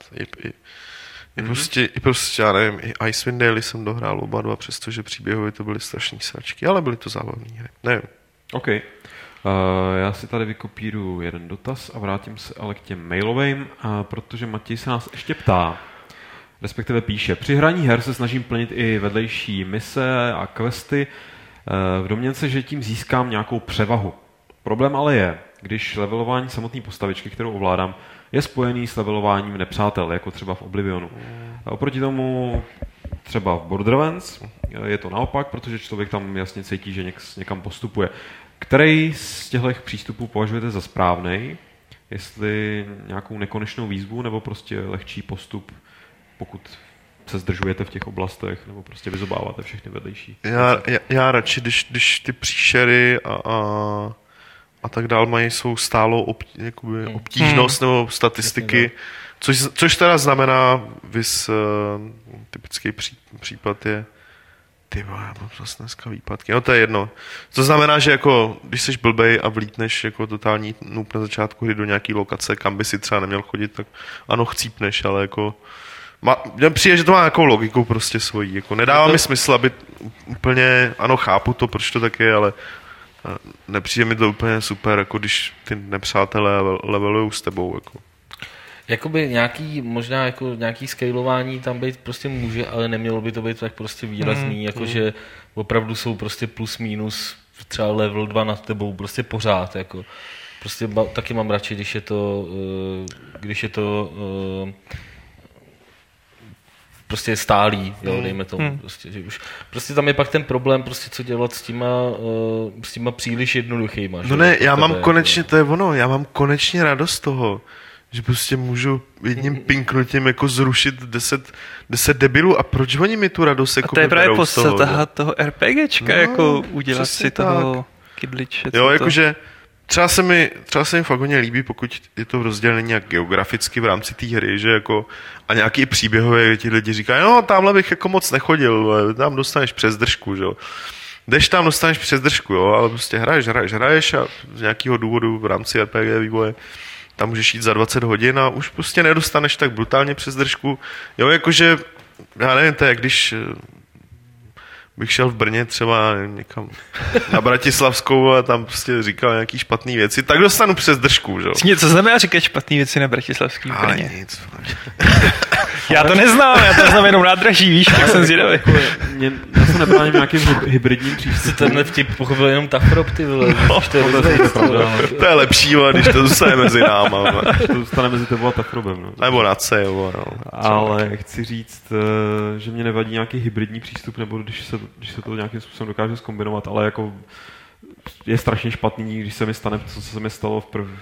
I prostě, já nevím, i Icewind Dale jsem dohrál oba dva, přestože příběhově to byly strašný sračky, ale byly to zábavné hry. Nevím. OK. Já si tady vykopíruju jeden dotaz a vrátím se ale k těm mailovým, protože Matěj se nás ještě ptá, respektive píše, při hraní her se snažím plnit i vedlejší mise a questy v domněnce, že tím získám nějakou převahu. Problém ale je, když levelování samotné postavičky, kterou ovládám, je spojený s levelováním nepřátel, jako třeba v Oblivionu. A oproti tomu třeba v Borderlands je to naopak, protože člověk tam jasně cítí, že někam postupuje. Který z těchto přístupů považujete za správnej? Jestli nějakou nekonečnou výzvu, nebo prostě lehčí postup, pokud se zdržujete v těch oblastech, nebo prostě vyzobáváte všechny vedlejší? Já radši, když ty příšery a tak dál mají svou stálou obtížnost nebo statistiky, což teda znamená, typický případ je já mám zase dneska výpadky. No to je jedno. To znamená, že jako, když jsi blbej a vlítneš jako totální noob na začátku hry do nějaký lokace, kam by si třeba neměl chodit, tak ano, chcípneš, ale jako mně přijde, že to má nějakou logiku prostě svojí. Jako nedává mi smysl, aby úplně, ano, chápu to, proč to tak je, ale nepřijde mi to úplně super, jako když ty nepřátelé levelujou s tebou. Jako. Jakoby možná jako nějaký scalování tam být prostě může, ale nemělo by to být tak prostě výrazný, jakože opravdu jsou prostě plus minus třeba level 2 nad tebou prostě pořád, jako. Prostě taky mám radši, když je to prostě stálý, jo, dejme tomu. Prostě, že už, prostě tam je pak ten problém, prostě co dělat s těma příliš jednoduchýma. No ne, já mám konečně, to je ono, já mám konečně radost z toho, že prostě můžu jedním pinknutím jako zrušit 10 debilů a proč oni mi tu radost jako a to je právě podstata toho RPGčka, jako udělat si toho kydliče. Jo, jakože třeba se mi fakt hodně líbí, pokud je to rozdělené nějak geograficky v rámci té hry, že jako a nějaký příběhové, kde ti lidi říkají, no tamhle bych jako moc nechodil, tam dostaneš přes držku, že jo. Jdeš tam, dostaneš přes držku, jo, ale prostě hraješ a z nějakého důvodu v rámci RPG vývoje tam můžeš jít za 20 hodin a už prostě nedostaneš tak brutálně přes držku. Jo, jakože, já nevím, to je, když bych šel v Brně třeba někam na Bratislavskou a tam prostě říkal nějaký špatný věci, tak dostanu přes držku, že jo. Co znamená říkat špatný věci na Bratislavský v Brně? Ale nic. Já to neznám, já to znám jenom nádraží, víš, tak jsem zvědavý. Já jsem nebráním nějakým hybridním přístupem. Tenhle vtip pochopil jenom Tafrop, ty vole. To je lepší, když to zůstane mezi náma. To zůstane mezi tebou a Tafrobem. No. Nebo na C, jo. No. Ale chci říct, že mě nevadí nějaký hybridní přístup, nebo když se to nějakým způsobem dokáže zkombinovat, ale jako je strašně špatný, když se mi stane, co se mi stalo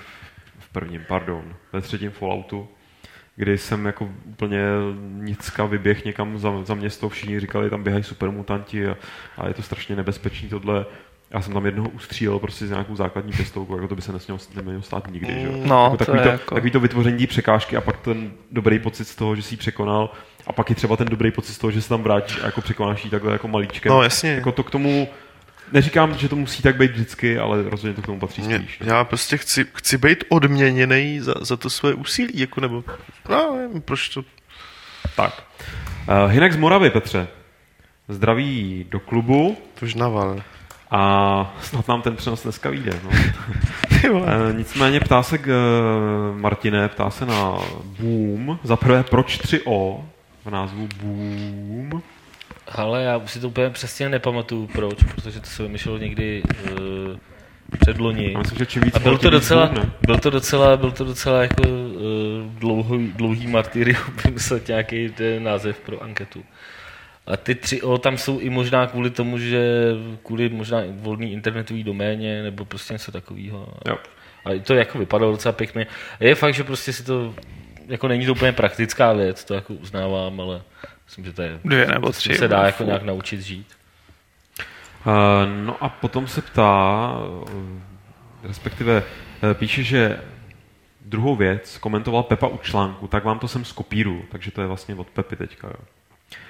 ve třetím Falloutu, kdy jsem jako úplně nicka vyběh někam za město, všichni říkali, tam běhají supermutanti a je to strašně nebezpečný tohle. Já jsem tam jednoho ustřílel prostě s nějakou základní pistolkou, jako to by se nemělo stát nikdy, že? No, takový to vytvoření té překážky a pak ten dobrý pocit z toho, že jsi ji překonal a pak i třeba ten dobrý pocit z toho, že se tam vrátíš a jako překonáš ji takhle jako malíčkem. No, jasně. Jako to k tomu, neříkám, že to musí tak být vždycky, ale rozhodně to k tomu patří spíš. Já prostě chci být odměněný za to své úsilí, jako nebo, no, nevím, proč to... Tak. Hynek z Moravy, Petře. Zdraví do klubu. Tož naval. A snad nám ten přenos dneska vyjde. No. Nicméně ptá se Martine, ptá se na Boom. Za prvé, proč 3O v názvu Boom? Ale já už si to úplně přesně nepamatuju, proč, protože to se vymyšlelo někdy předloni. A byl to docela jako dlouhý martyrium vymyslet nějaký název pro anketu. A ty 3O tam jsou i možná kvůli tomu, že kvůli možná volný internetový doméně nebo prostě něco takového. A to jako vypadalo docela pěkně. Je fakt, že prostě si to jako není to úplně praktická věc, to jako uznávám, ale myslím, že to je 2 nebo 3 se dá jako nějak naučit žít. No a potom se ptá, respektive píše, že druhou věc komentoval Pepa u článku, tak vám to sem skopíru, takže to je vlastně od Pepy teďka. Jo.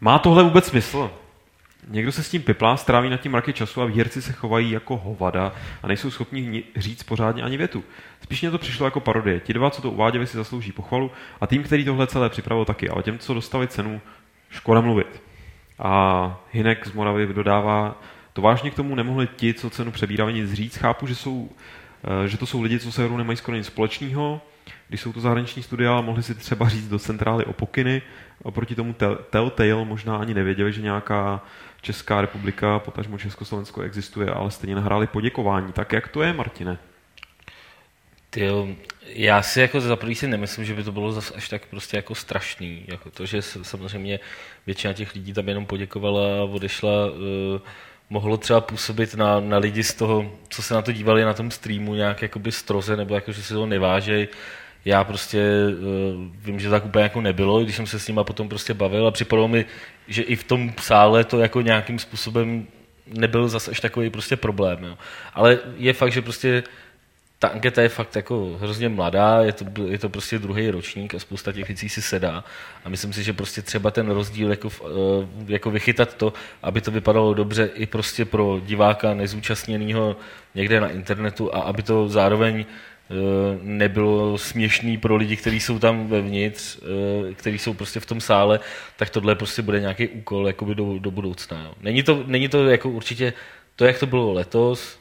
Má tohle vůbec smysl? Někdo se s tím piplá, stráví nad tím mraky času a výherci se chovají jako hovada a nejsou schopni říct pořádně ani větu. Spíš mě to přišlo jako parodie. Ti dva, co to uváděli, si zaslouží pochvalu a tým, který tohle celé připravil taky, ale těm, co dostali cenu, škoda mluvit. A Hynek z Moravy dodává, to vážně k tomu nemohli ti, co cenu přebírali, nic říct. Chápu, že to jsou lidi, co se hru nemají skoro nic společného. Když jsou to zahraniční studia, mohli si třeba říct do centrály o pokyny. Oproti tomu Telltale možná ani nevěděli, že nějaká Česká republika, potažmo Československo existuje, ale stejně nahráli poděkování. Tak jak to je, Martine? Tyjo, já si jako za první si nemyslím, že by to bylo zase až tak prostě jako strašný. Jako to, že samozřejmě většina těch lidí tam jenom poděkovala a odešla, mohlo třeba působit na lidi z toho, co se na to dívali na tom streamu nějak jakoby stroze, nebo jako, že si toho nevážej. Já prostě vím, že tak úplně jako nebylo, když jsem se s nima potom prostě bavil a připadalo mi, že i v tom sále to jako nějakým způsobem nebyl zase až takový prostě problém. Jo. Ale je fakt, že prostě ta anketa je fakt jako hrozně mladá, je to prostě druhý ročník a spousta těch věcí si sedá. A myslím si, že prostě třeba ten rozdíl jako vychytat to, aby to vypadalo dobře i prostě pro diváka nezúčastněného někde na internetu a aby to zároveň nebylo směšný pro lidi, kteří jsou tam vevnitř, kteří jsou prostě v tom sále, tak tohle prostě bude nějaký úkol jakoby do budoucna. Jo. Není to jako určitě to, jak to bylo letos.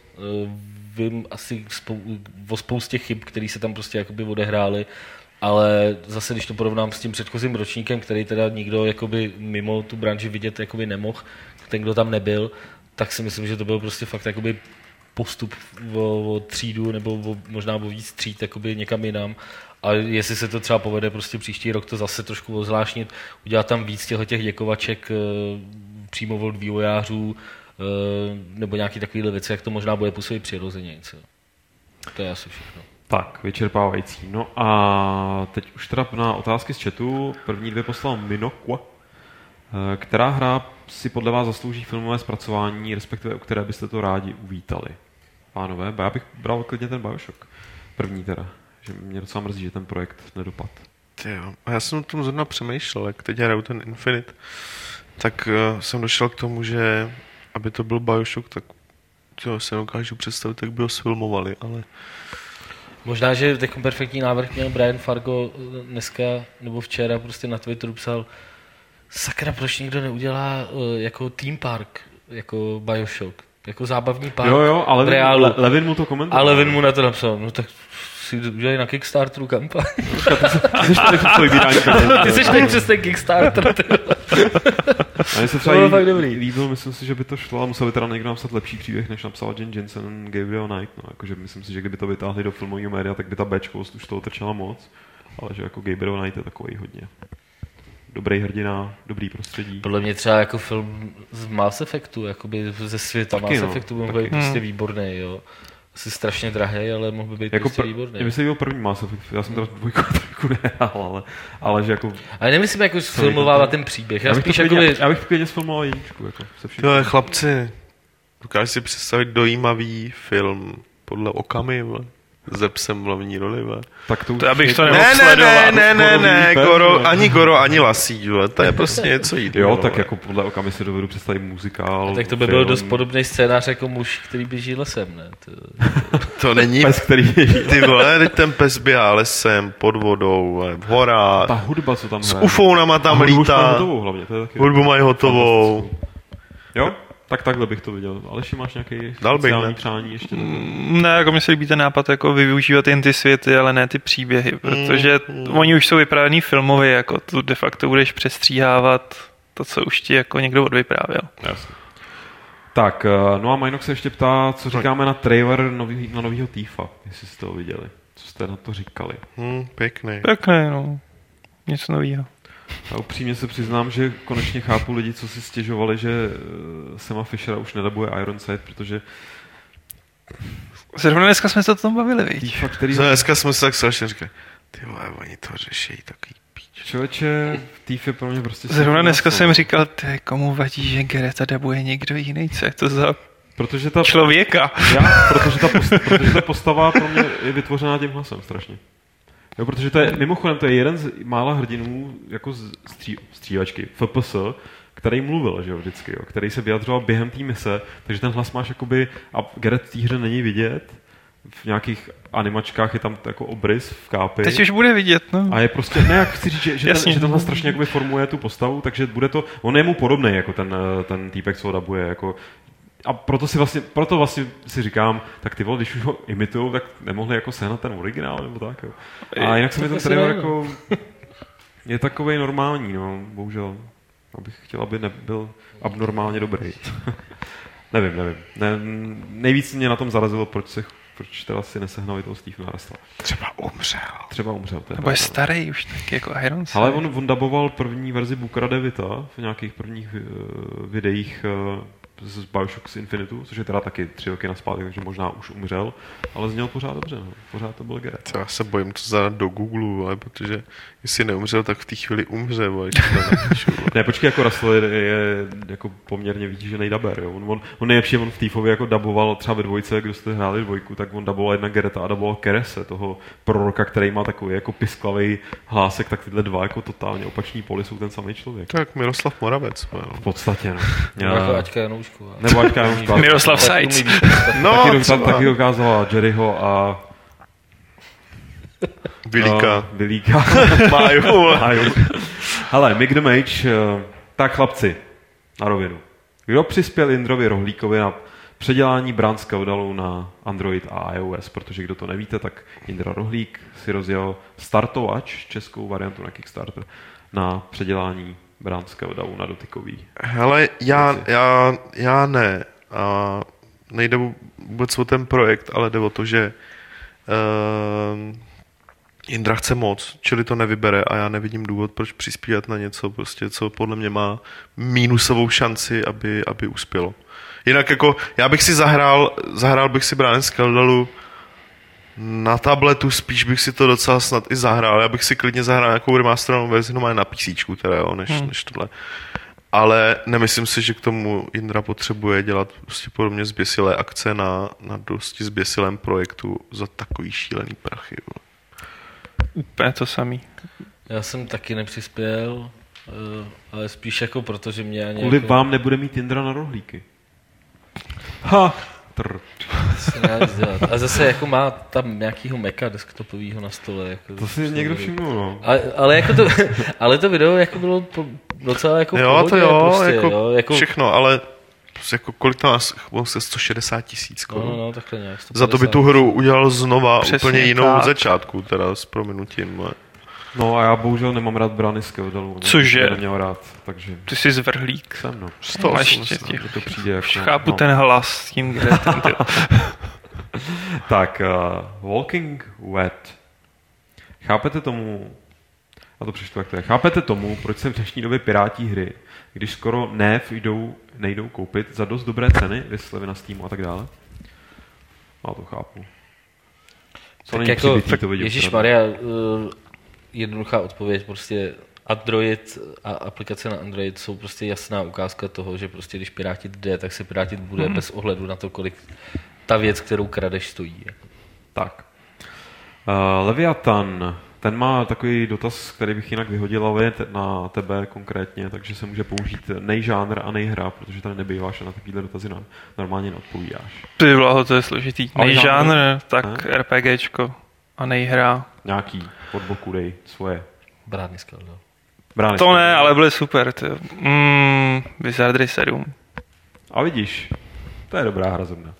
Vím asi o spoustě chyb, které se tam prostě jakoby odehrály, ale zase, když to porovnám s tím předchozím ročníkem, který teda nikdo jakoby mimo tu branži vidět jakoby nemohl, ten, kdo tam nebyl, tak si myslím, že to byl prostě fakt jakoby postup o třídu nebo možná o víc tříd jakoby někam jinam. A jestli se to třeba povede prostě příští rok to zase trošku ozvláštnit, udělat tam víc těch děkovaček přímo od vývojářů, nebo nějaký takovýhle věci, jak to možná bude působit přirozeně. To je asi všechno. Tak, vyčerpávající. No a teď už teda na otázky z chatu. První dvě poslal Minokwa. Která hra si podle vás zaslouží filmové zpracování, respektive u které byste to rádi uvítali? Pánové, já bych bral klidně ten Bioshock. První teda. Že mě docela mrzí, že ten projekt nedopad. Jo. A já jsem o tom zrovna přemýšlel, jak teď hraju ten Infinite, tak jsem došel k tomu, že aby to byl Bioshock, tak se dokážu představit, jak by ho sfilmovali, ale... Možná, že takový perfektní návrh měl Brian Fargo dneska nebo včera prostě na Twitteru psal, sakra, proč nikdo neudělá jako Theme Park, jako Bioshock, jako zábavní park. Jo, ale Levin mu to komentoval. A Levin mu na to napsal, no tak si udělej na Kickstarteru kampaň. Ty jsi tady přes ten Kickstarter. A mně se třeba líbil, myslím si, že by to šlo, ale musel by teda někdo napsat lepší příběh, než napsal Jen Jensen Gabriel Knight. No, jakože myslím si, že kdyby to vytáhli do filmového média, tak by ta Bčkovost už toho trčela moc. Ale že jako Gabriel Knight je takový hodně dobrý hrdina, dobrý prostředí. Podle mě třeba jako film z Mass Effectu, jakoby ze světa taky, Mass Effectu by mohl být prostě výborný, jo. Asi strašně drahý, ale mohl by být jako prostě výborný. Já myslím, že byl první Mass Effect, já jsem teda dvojku nehrál, ale že jako... Ale nemyslím jako sfilmovávat ten příběh, já bych klidně sfilmoval jedničku, jako se vším. Jo, chlapci, dokážeš si představit dojímavý film podle Okamy, se psem v hlavní roli, tak to abych to nemohl sledovat. Ne, Goro, ani Lasí, to je prostě něco jiného. Jo, tak jako podle Okamy si dovedu představit muzikál. A tak to by byl dost podobný scénář jako muž, který běží lesem, ne? To není pes, který ty vole, teď ten pes běhá lesem, pod vodou, v horách. Ta hudba, co tam hraje. S ufounama tam lítá. Hudbu mají hotovou. Jo? Tak takhle bych to viděl. Aleši, máš nějaký speciální přání ještě? Ne, jako mi se líbí ten nápad jako využívat jen ty světy, ale ne ty příběhy, protože oni už jsou vyprávěný filmově, jako tu de facto budeš přestříhávat to, co už ti jako někdo odvyprávěl. Jasně. Tak, no a Majnok se ještě ptá, co říkáme na trailer na novýho Tifa, jestli jste to viděli. Co jste na to říkali? Pěkný, no. Něco novýho. A upřímně se přiznám, že konečně chápu lidi, co si stěžovali, že Sama Fishera už nedabuje Ironside, protože... Zrovna dneska jsme se o tom bavili, víš? Dneska jsme se tak strašně říkali, ty vole, oni to řeší takový píč. Člověče, Thief je pro mě prostě... Zrovna dneska jsem říkal, komu vadí, že Gereta dabuje někdo jiný, co je to za člověka? Protože ta postava pro mě je vytvořená tím hlasem strašně. Jo, protože to je, mimochodem, to je jeden z mála hrdinů jako střívačky, FPS, který mluvil, že jo, vždycky, jo, který se vyjadřoval během té mise, takže ten hlas máš jakoby, a Garrett v té hře není vidět, v nějakých animačkách je tam jako obrys v kápi. Teď už bude vidět, no. A je prostě, ne, jak chci říct, že tenhle strašně jakoby formuje tu postavu, takže bude to, on je mu podobný jako ten týpek, co ho dabuje, jako. A proto vlastně si říkám, tak ty vole, když už ho imitujou, tak nemohli jako sehnat ten originál, nebo tak, jo. A jinak se mi ten trailer jako, je takovej normální, no, bohužel. Abych chtěl, aby nebyl abnormálně dobrý. nevím. Nejvíc mě na tom zarazilo, proč teda si nesehnali toho Stevena Russella. Třeba umřel. Nebo je starý už tak jako Irons. Ale on daboval první verzi Bookera DeWitta v nějakých prvních videích z Bioshock Infinitu, což je teda taky 3 roky naspátek, takže možná už umřel, ale zněl pořád dobře, no. Pořád to byl Garrett. Já se bojím to zadat do Google, ale protože jestli neumřel, tak v té chvíli umře. Ne, počkej, jako Russell je jako poměrně vytížený daber, jo. On nejlepší, on v Thiefově jako daboval třeba ve dvojce, kdo jste hráli dvojku, tak on daboval jedna Garretta a daboval Kerese, toho proroka, který má takový jako pisklavý hlásek, tak tyhle dva jako totálně opační poli jsou ten samý člověk. Tak Miroslav Moravec. V podstatě, no. Jako Aťka Janoušková. Nebo Aťka Janoušková. Miroslav Sajc. No, taky dokázala Jerryho a Vilíka. Máju. Hele, Mick the Mage, tak chlapci, na rovinu. Kdo přispěl Indrovi Rohlíkovi na předělání Brand Skaudalu na Android a iOS? Protože kdo to nevíte, tak Indra Rohlík si rozjel startovač, českou variantu na Kickstarter, na předělání Brand Skaudalu na dotykový. Hele, já ne. A nejde vůbec o ten projekt, ale jde o to, že Indra chce moc, čili to nevybere a já nevidím důvod, proč přispívat na něco, prostě, co podle mě má mínusovou šanci, aby uspělo. Jinak jako, já bych si zahrál bych si Brand Skaudalu na tabletu, spíš bych si to docela snad i zahrál. Já bych si klidně zahrál nějakou remasterovanou verzi, no na PCčku teda, jo, než tohle. Ale nemyslím si, že k tomu Indra potřebuje dělat prostě podobně zběsilé akce na dosti zběsilém projektu za takový šílený prachy. Jo. Úplně to samý. Já jsem taky nepřispěl, ale spíš jako proto, že mě ani... Kvůli vám nebude mít Indra na rohlíky. Ha! A zase jako má tam nějakýho Maca desktopovýho na stole. Jako to si někdo všimnul, no. Ale to video jako bylo docela jako jo, pohodě, to jo, prostě, jako všechno, ale jako kolik to nás, 160 000 korun. No, takhle nějak. Za to by tu hru udělal znova přesně úplně jinou tak. od začátku, teda s prominutím. No a já bohužel nemám rád Brany Skaudalu. Cože? Neměl rád, takže... Ty jsi zvrhlík. Jsem, no. To ještě to přijde jako... Chápu ten hlas s tím, kde ten Tak, Walking Wet. Chápete tomu... A to přečtu, jak to je. Chápete tomu, proč se v dnešní době pirátí hry, když skoro nejdou koupit za dost dobré ceny, slevy na Steamu a tak dále? A to chápu. Co tak jako, Ježišmarja, jednoduchá odpověď, prostě Android a aplikace na Android jsou prostě jasná ukázka toho, že prostě když pirátit jde, tak se pirátit bude bez ohledu na to, kolik ta věc, kterou kradeš, stojí. Tak. Leviathan, ten má takový dotaz, který bych jinak vyhodil, ale na tebe konkrétně, takže se může použít nejžánr a nejhra, protože tady nebýváš a na takovýhle dotazy normálně neodpovídáš. Ty vláho, to je složitý. Nejžánr, tak RPGčko a nejhra. Nějaký pod boku dej svoje. Bránny Skaudalu. To ne, ale byly super. Wizardry 7. A vidíš, to je dobrá hra zrovna.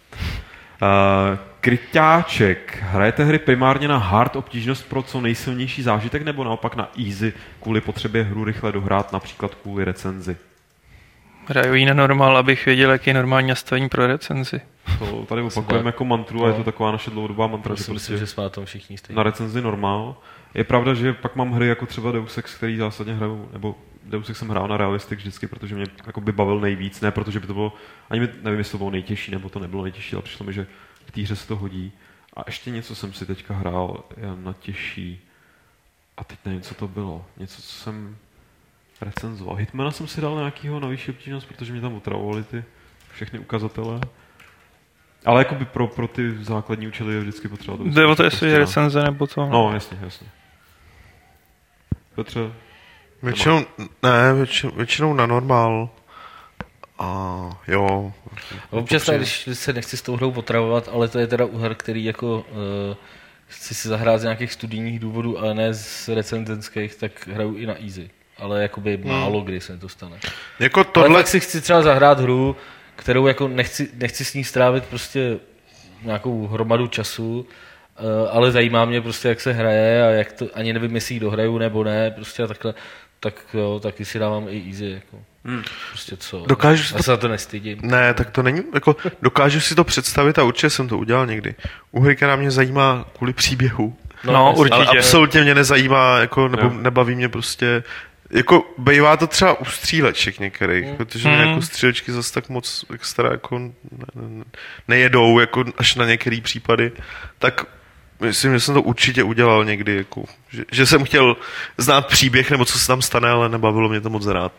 Kryťáček. Hrajete hry primárně na hard obtížnost pro co nejsilnější zážitek nebo naopak na easy kvůli potřebě hru rychle dohrát, například kvůli recenzi? Hraju ji na normál, abych věděl, jaký je normální nastavení pro recenzi. To tady opakujeme jako mantru a je to taková naše dlouhodobá mantra. Myslím, že jsme na tom všichni stejně. Na recenzi normál. Je pravda, že pak mám hry jako třeba Deus Ex, který zásadně hraju, nebo Deus Ex jsem hrál na realistik vždycky, protože mě jako by bavil nejvíc, ne protože by to bylo, ani nevím, jestli to bylo nejtěžší, nebo to nebylo nejtěžší, ale přišlo mi, že v té hře se to hodí. A ještě něco jsem si teďka hrál na těžší. A teď nevím, co to bylo. Něco, co jsem recenzoval. Hitmana jsem si dal nějakýho na vyšší obtížnost, protože mě tam otravovali ty všechny ukazatele. Ale jakoby pro ty základní účely je vždycky potřeba to. Jde o to, jestli je recenze nebo to. No, jasně. Petře, Většinou na normál. A jo. Občas tak, když se nechci s tou hrou otravovat, ale to je teda u her, který jako chci si zahrát z nějakých studijních důvodů, ale ne z recenzenských, tak hraju i na easy. Ale jakoby málo kdy se to stane. Jako tohle... Ale tak si chci třeba zahrát hru, kterou jako nechci s ní strávit prostě nějakou hromadu času, ale zajímá mě prostě, jak se hraje a jak to, ani nevím, jestli ji dohraju nebo ne, prostě a takhle, tak jo, taky si dávám i easy, jako. Prostě co, já se na to nestydím. Ne, tak to není, jako dokážu si to představit a určitě jsem to udělal někdy. U hry, která mě zajímá kvůli příběhu. No určitě. Ale absolutně mě nezajímá, jako, nebo nebaví mě prostě, jako bývá to třeba u stříleček některých, protože mě jako střílečky zase tak moc extra jako nejedou, jako až na některé případy, tak myslím, že jsem to určitě udělal někdy, jako, že jsem chtěl znát příběh nebo co se tam stane, ale nebavilo mě to moc rád.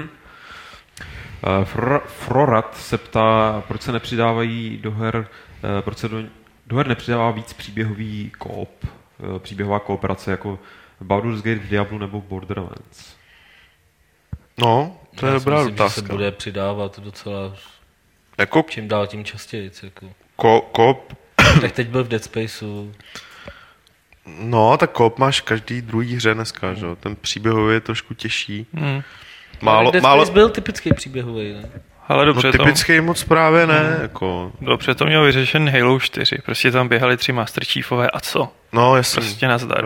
Frorat se ptá, proč se nepřidávají do her, proč se do her nepřidává víc příběhový koop, příběhová kooperace jako Baldur's Gate v Diablu nebo Borderlands. No, to je dobrá otázka. Že se bude přidávat docela jako, čím dál tím častěji. Jako. Koop? Tak teď byl v Dead Spaceu. No, tak koop máš každý druhý hře dneska, že? Ten příběhový je trošku těžší. Dead Space byl typický příběhový, ne? Ale dobře, typický moc právě ne. Jako... Dobře, to měl vyřešen Halo 4. Prostě tam běhali 3 Master Chiefové a co? No, jasně. Prostě nazdar.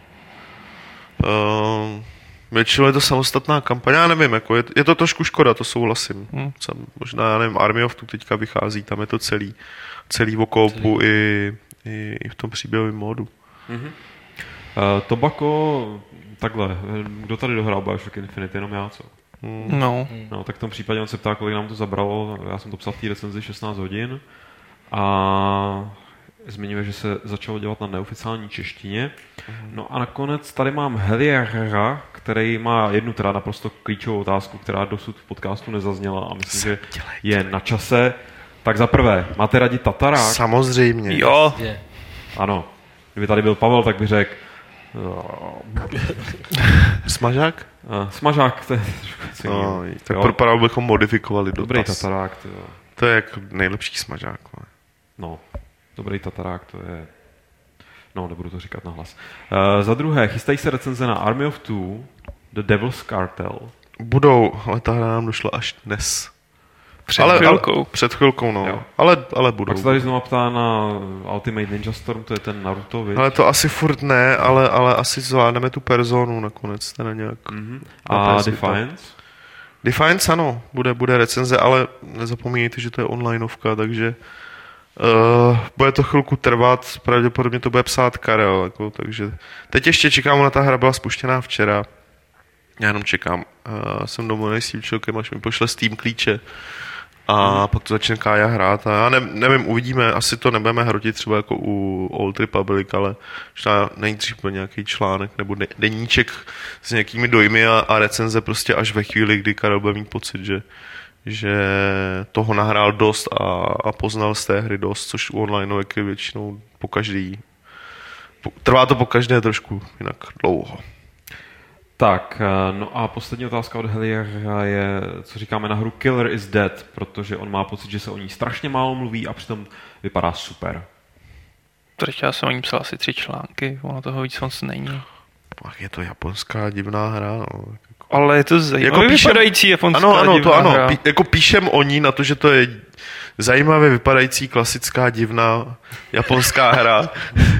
Většinou je to samostatná kampaň, já nevím, jako je to trošku škoda, to souhlasím. Možná, já nevím, Army of Two teďka vychází, tam je to celý v okoupu i v tom příběhovém módu. Tobacco, takhle, kdo tady dohrál Bioshock Infinite, jenom já, co? No, tak v tom případě on se ptá, kolik nám to zabralo, já jsem to psal v té recenzi 16 hodin a zmiňuje, že se začalo dělat na neoficiální češtině. No a nakonec tady mám Heliera, který má jednu teda naprosto klíčovou otázku, která dosud v podcastu nezazněla a myslím, že je na čase. Tak za prvé, máte rádi tatarák? Samozřejmě. Jo. Ano. Kdyby tady byl Pavel, tak by řekl Smažák? Smažák, to je tak pro Pavel bychom modifikovali dotaz. Dobrý tatarák, to je jako nejlepší smažák. No, dobrý tatarák, to je... No, nebudu to říkat nahlas. Za druhé, chystají se recenze na Army of Two, The Devil's Cartel. Budou, ale ta hra nám došla až dnes. Před chvilkou, no. Jo. Ale budou. Pak se tady znovu ptá na Ultimate Ninja Storm, to je ten Naruto, viď? Ale to asi furt ne, ale asi zvládneme tu personu nakonec, teda nějak. A Defiance? Defiance, ano, bude recenze, ale nezapomínejte, že to je onlineovka, takže bude to chvilku trvat, pravděpodobně to bude psát Karel, jako, takže teď ještě čekám, na ta hra byla spuštěná včera. Já jenom čekám. Jsem domluvený s tím člověkem, až mi pošle Steam klíče. A pak to začne Kája hrát. A já nevím, uvidíme, asi to nebudeme hrotit třeba jako u Old Republic, ale možná nejdřív byl nějaký článek nebo deníček s nějakými dojmy a recenze prostě až ve chvíli, kdy Karel bude mít pocit, že toho nahrál dost a poznal z té hry dost, což u online je většinou po každý. Trvá to po každé trošku jinak dlouho. Tak, no a poslední otázka od Heliera je, co říkáme na hru Killer is Dead, protože on má pocit, že se o ní strašně málo mluví a přitom vypadá super. Protože já jsem o ní psal asi 3 články, ono toho víc moc není. Ach, je to japonská divná hra, no. Ale je to zajímavě vypadající japonská divná hra. Jako píšem o ní na to, že to je zajímavě vypadající klasická divná japonská hra.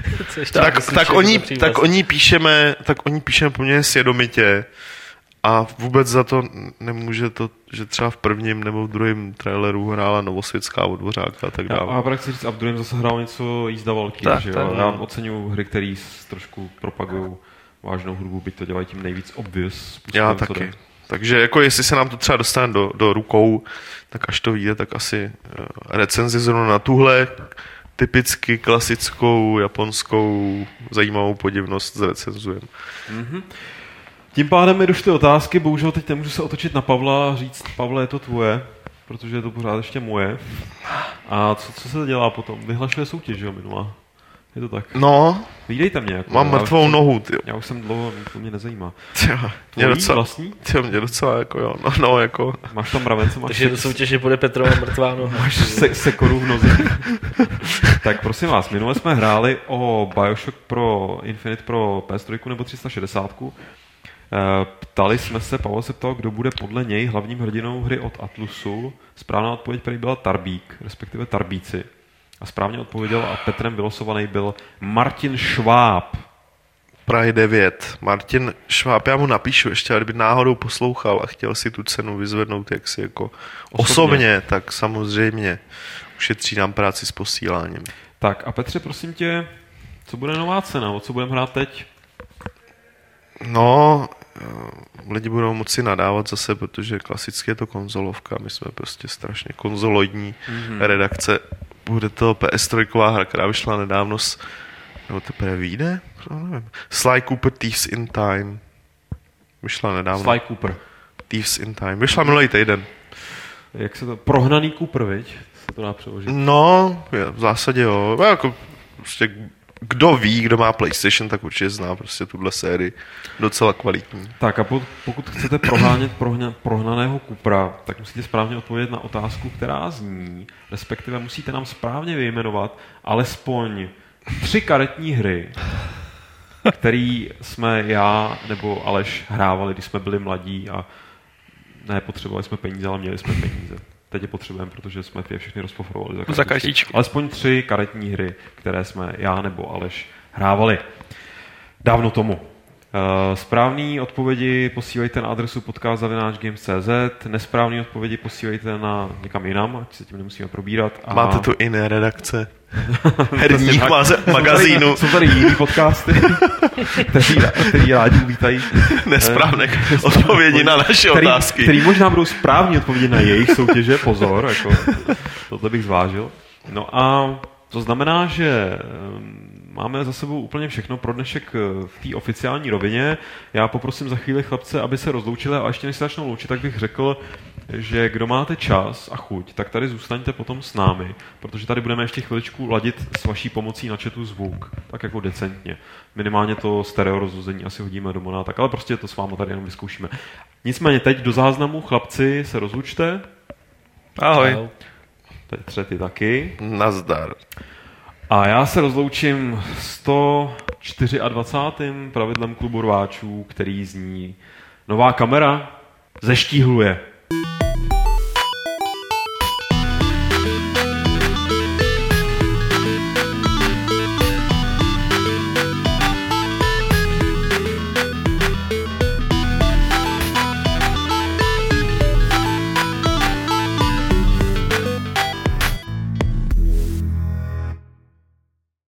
tak o ní píšeme poměrně svědomitě a vůbec za to nemůže to, že třeba v prvním nebo v druhém traileru hrála Novosvětská od Dvořáka a tak dále. A pak chci říct, a v druhém zase hrál něco Jízda Valky, že jo? Já oceňuji hry, které trošku propagují vážnou hudbu, byť to dělají tím nejvíc obvious způsobem. Já taky. Takže jako jestli se nám to třeba dostane do rukou, tak až to vyjde, tak asi recenzi zrovna na tuhle typicky klasickou japonskou zajímavou podivnost zrecenzujeme. Tím pádem mi došly otázky, bohužel teď nemůžu se otočit na Pavla a říct, Pavle, je to tvoje, protože je to pořád ještě moje. A co se dělá potom? Vyhlašuje soutěž, jo, minulá? Je to tak? No. Vídejte mě. Jako, mám mrtvou nohu, tyjo. Já už jsem dlouho, to mě nezajímá. Vlastní? Mě docela jako jo. No, jako. Máš tam mravence, máš... Takže do soutěže bude Petrova mrtvá noha. Máš sekoru v noze. Tak prosím vás, minule jsme hráli o Bioshock pro Infinite pro PS3 nebo 360. Ptali jsme se, Pavel se ptal, kdo bude podle něj hlavním hrdinou hry od Atlusu. Správná odpověď prý byla Tarbík, respektive Tarbíci. A správně odpověděl a Petrem vylosovaný byl Martin Šváb. Prahy 9. Martin Šváb, já mu napíšu ještě, kdyby náhodou poslouchal a chtěl si tu cenu vyzvednout jaksi jako osobně, tak samozřejmě ušetří nám práci s posíláním. Tak a Petře, prosím tě, co bude nová cena? O co budeme hrát teď? No, lidi budou moci nadávat zase, protože klasicky je to konzolovka. My jsme prostě strašně konzoloidní redakce. Bude to PS3 hra, která vyšla nedávno nebo teprve vyjde? Nevím. Sly Cooper Thieves in Time. Vyšla nedávno. Sly Cooper. Thieves in Time. Vyšla minulý týden. Jak se to... Prohnaný Cooper, viď? Se to dá přeložit. No, v zásadě jo. Jako, prostě, kdo ví, kdo má PlayStation, tak určitě zná prostě tuhle sérii. Docela kvalitní. Tak a pokud chcete prohánět prohnaného Coopera, tak musíte správně odpovědět na otázku, která zní, respektive musíte nám správně vyjmenovat alespoň 3 karetní hry, které jsme já nebo Aleš hrávali, když jsme byli mladí a nepotřebovali jsme peníze, ale měli jsme peníze. Teď je potřebujeme, protože jsme je všechny rozpofrovali za kartičky. Alespoň 3 karetní hry, které jsme já nebo Aleš hrávali. Dávno tomu. Správný odpovědi posílejte na adresu podcast@games.cz, nesprávný odpovědi posílejte na někam jinam, ať se tím nemusíme probírat. A... Máte tu jiné redakce. Herních magazínu. Jsou tady jiný podcasty, který rádi uvítají. Nesprávné odpovědi na naše otázky. Který možná budou správní odpovědi na jejich soutěže, pozor, jako, tohle bych zvážil. No a to znamená, že máme za sebou úplně všechno pro dnešek v té oficiální rovině. Já poprosím za chvíli chlapce, aby se rozloučili a ještě než se začnou loučit, tak bych řekl, že kdo máte čas a chuť, tak tady zůstaňte potom s námi, protože tady budeme ještě chviličku ladit s vaší pomocí na chatu zvuk, tak jako decentně. Minimálně to stereo rozhození asi hodíme do monátek, ale prostě to s vámi tady jenom vyzkoušíme. Nicméně teď do záznamu, chlapci, se rozlučte. Ahoj. Čau. Petře, ty taky. Nazdar. A já se rozloučím 124. pravidlem klubu rváčů, který zní: nová kamera zeštíhluje.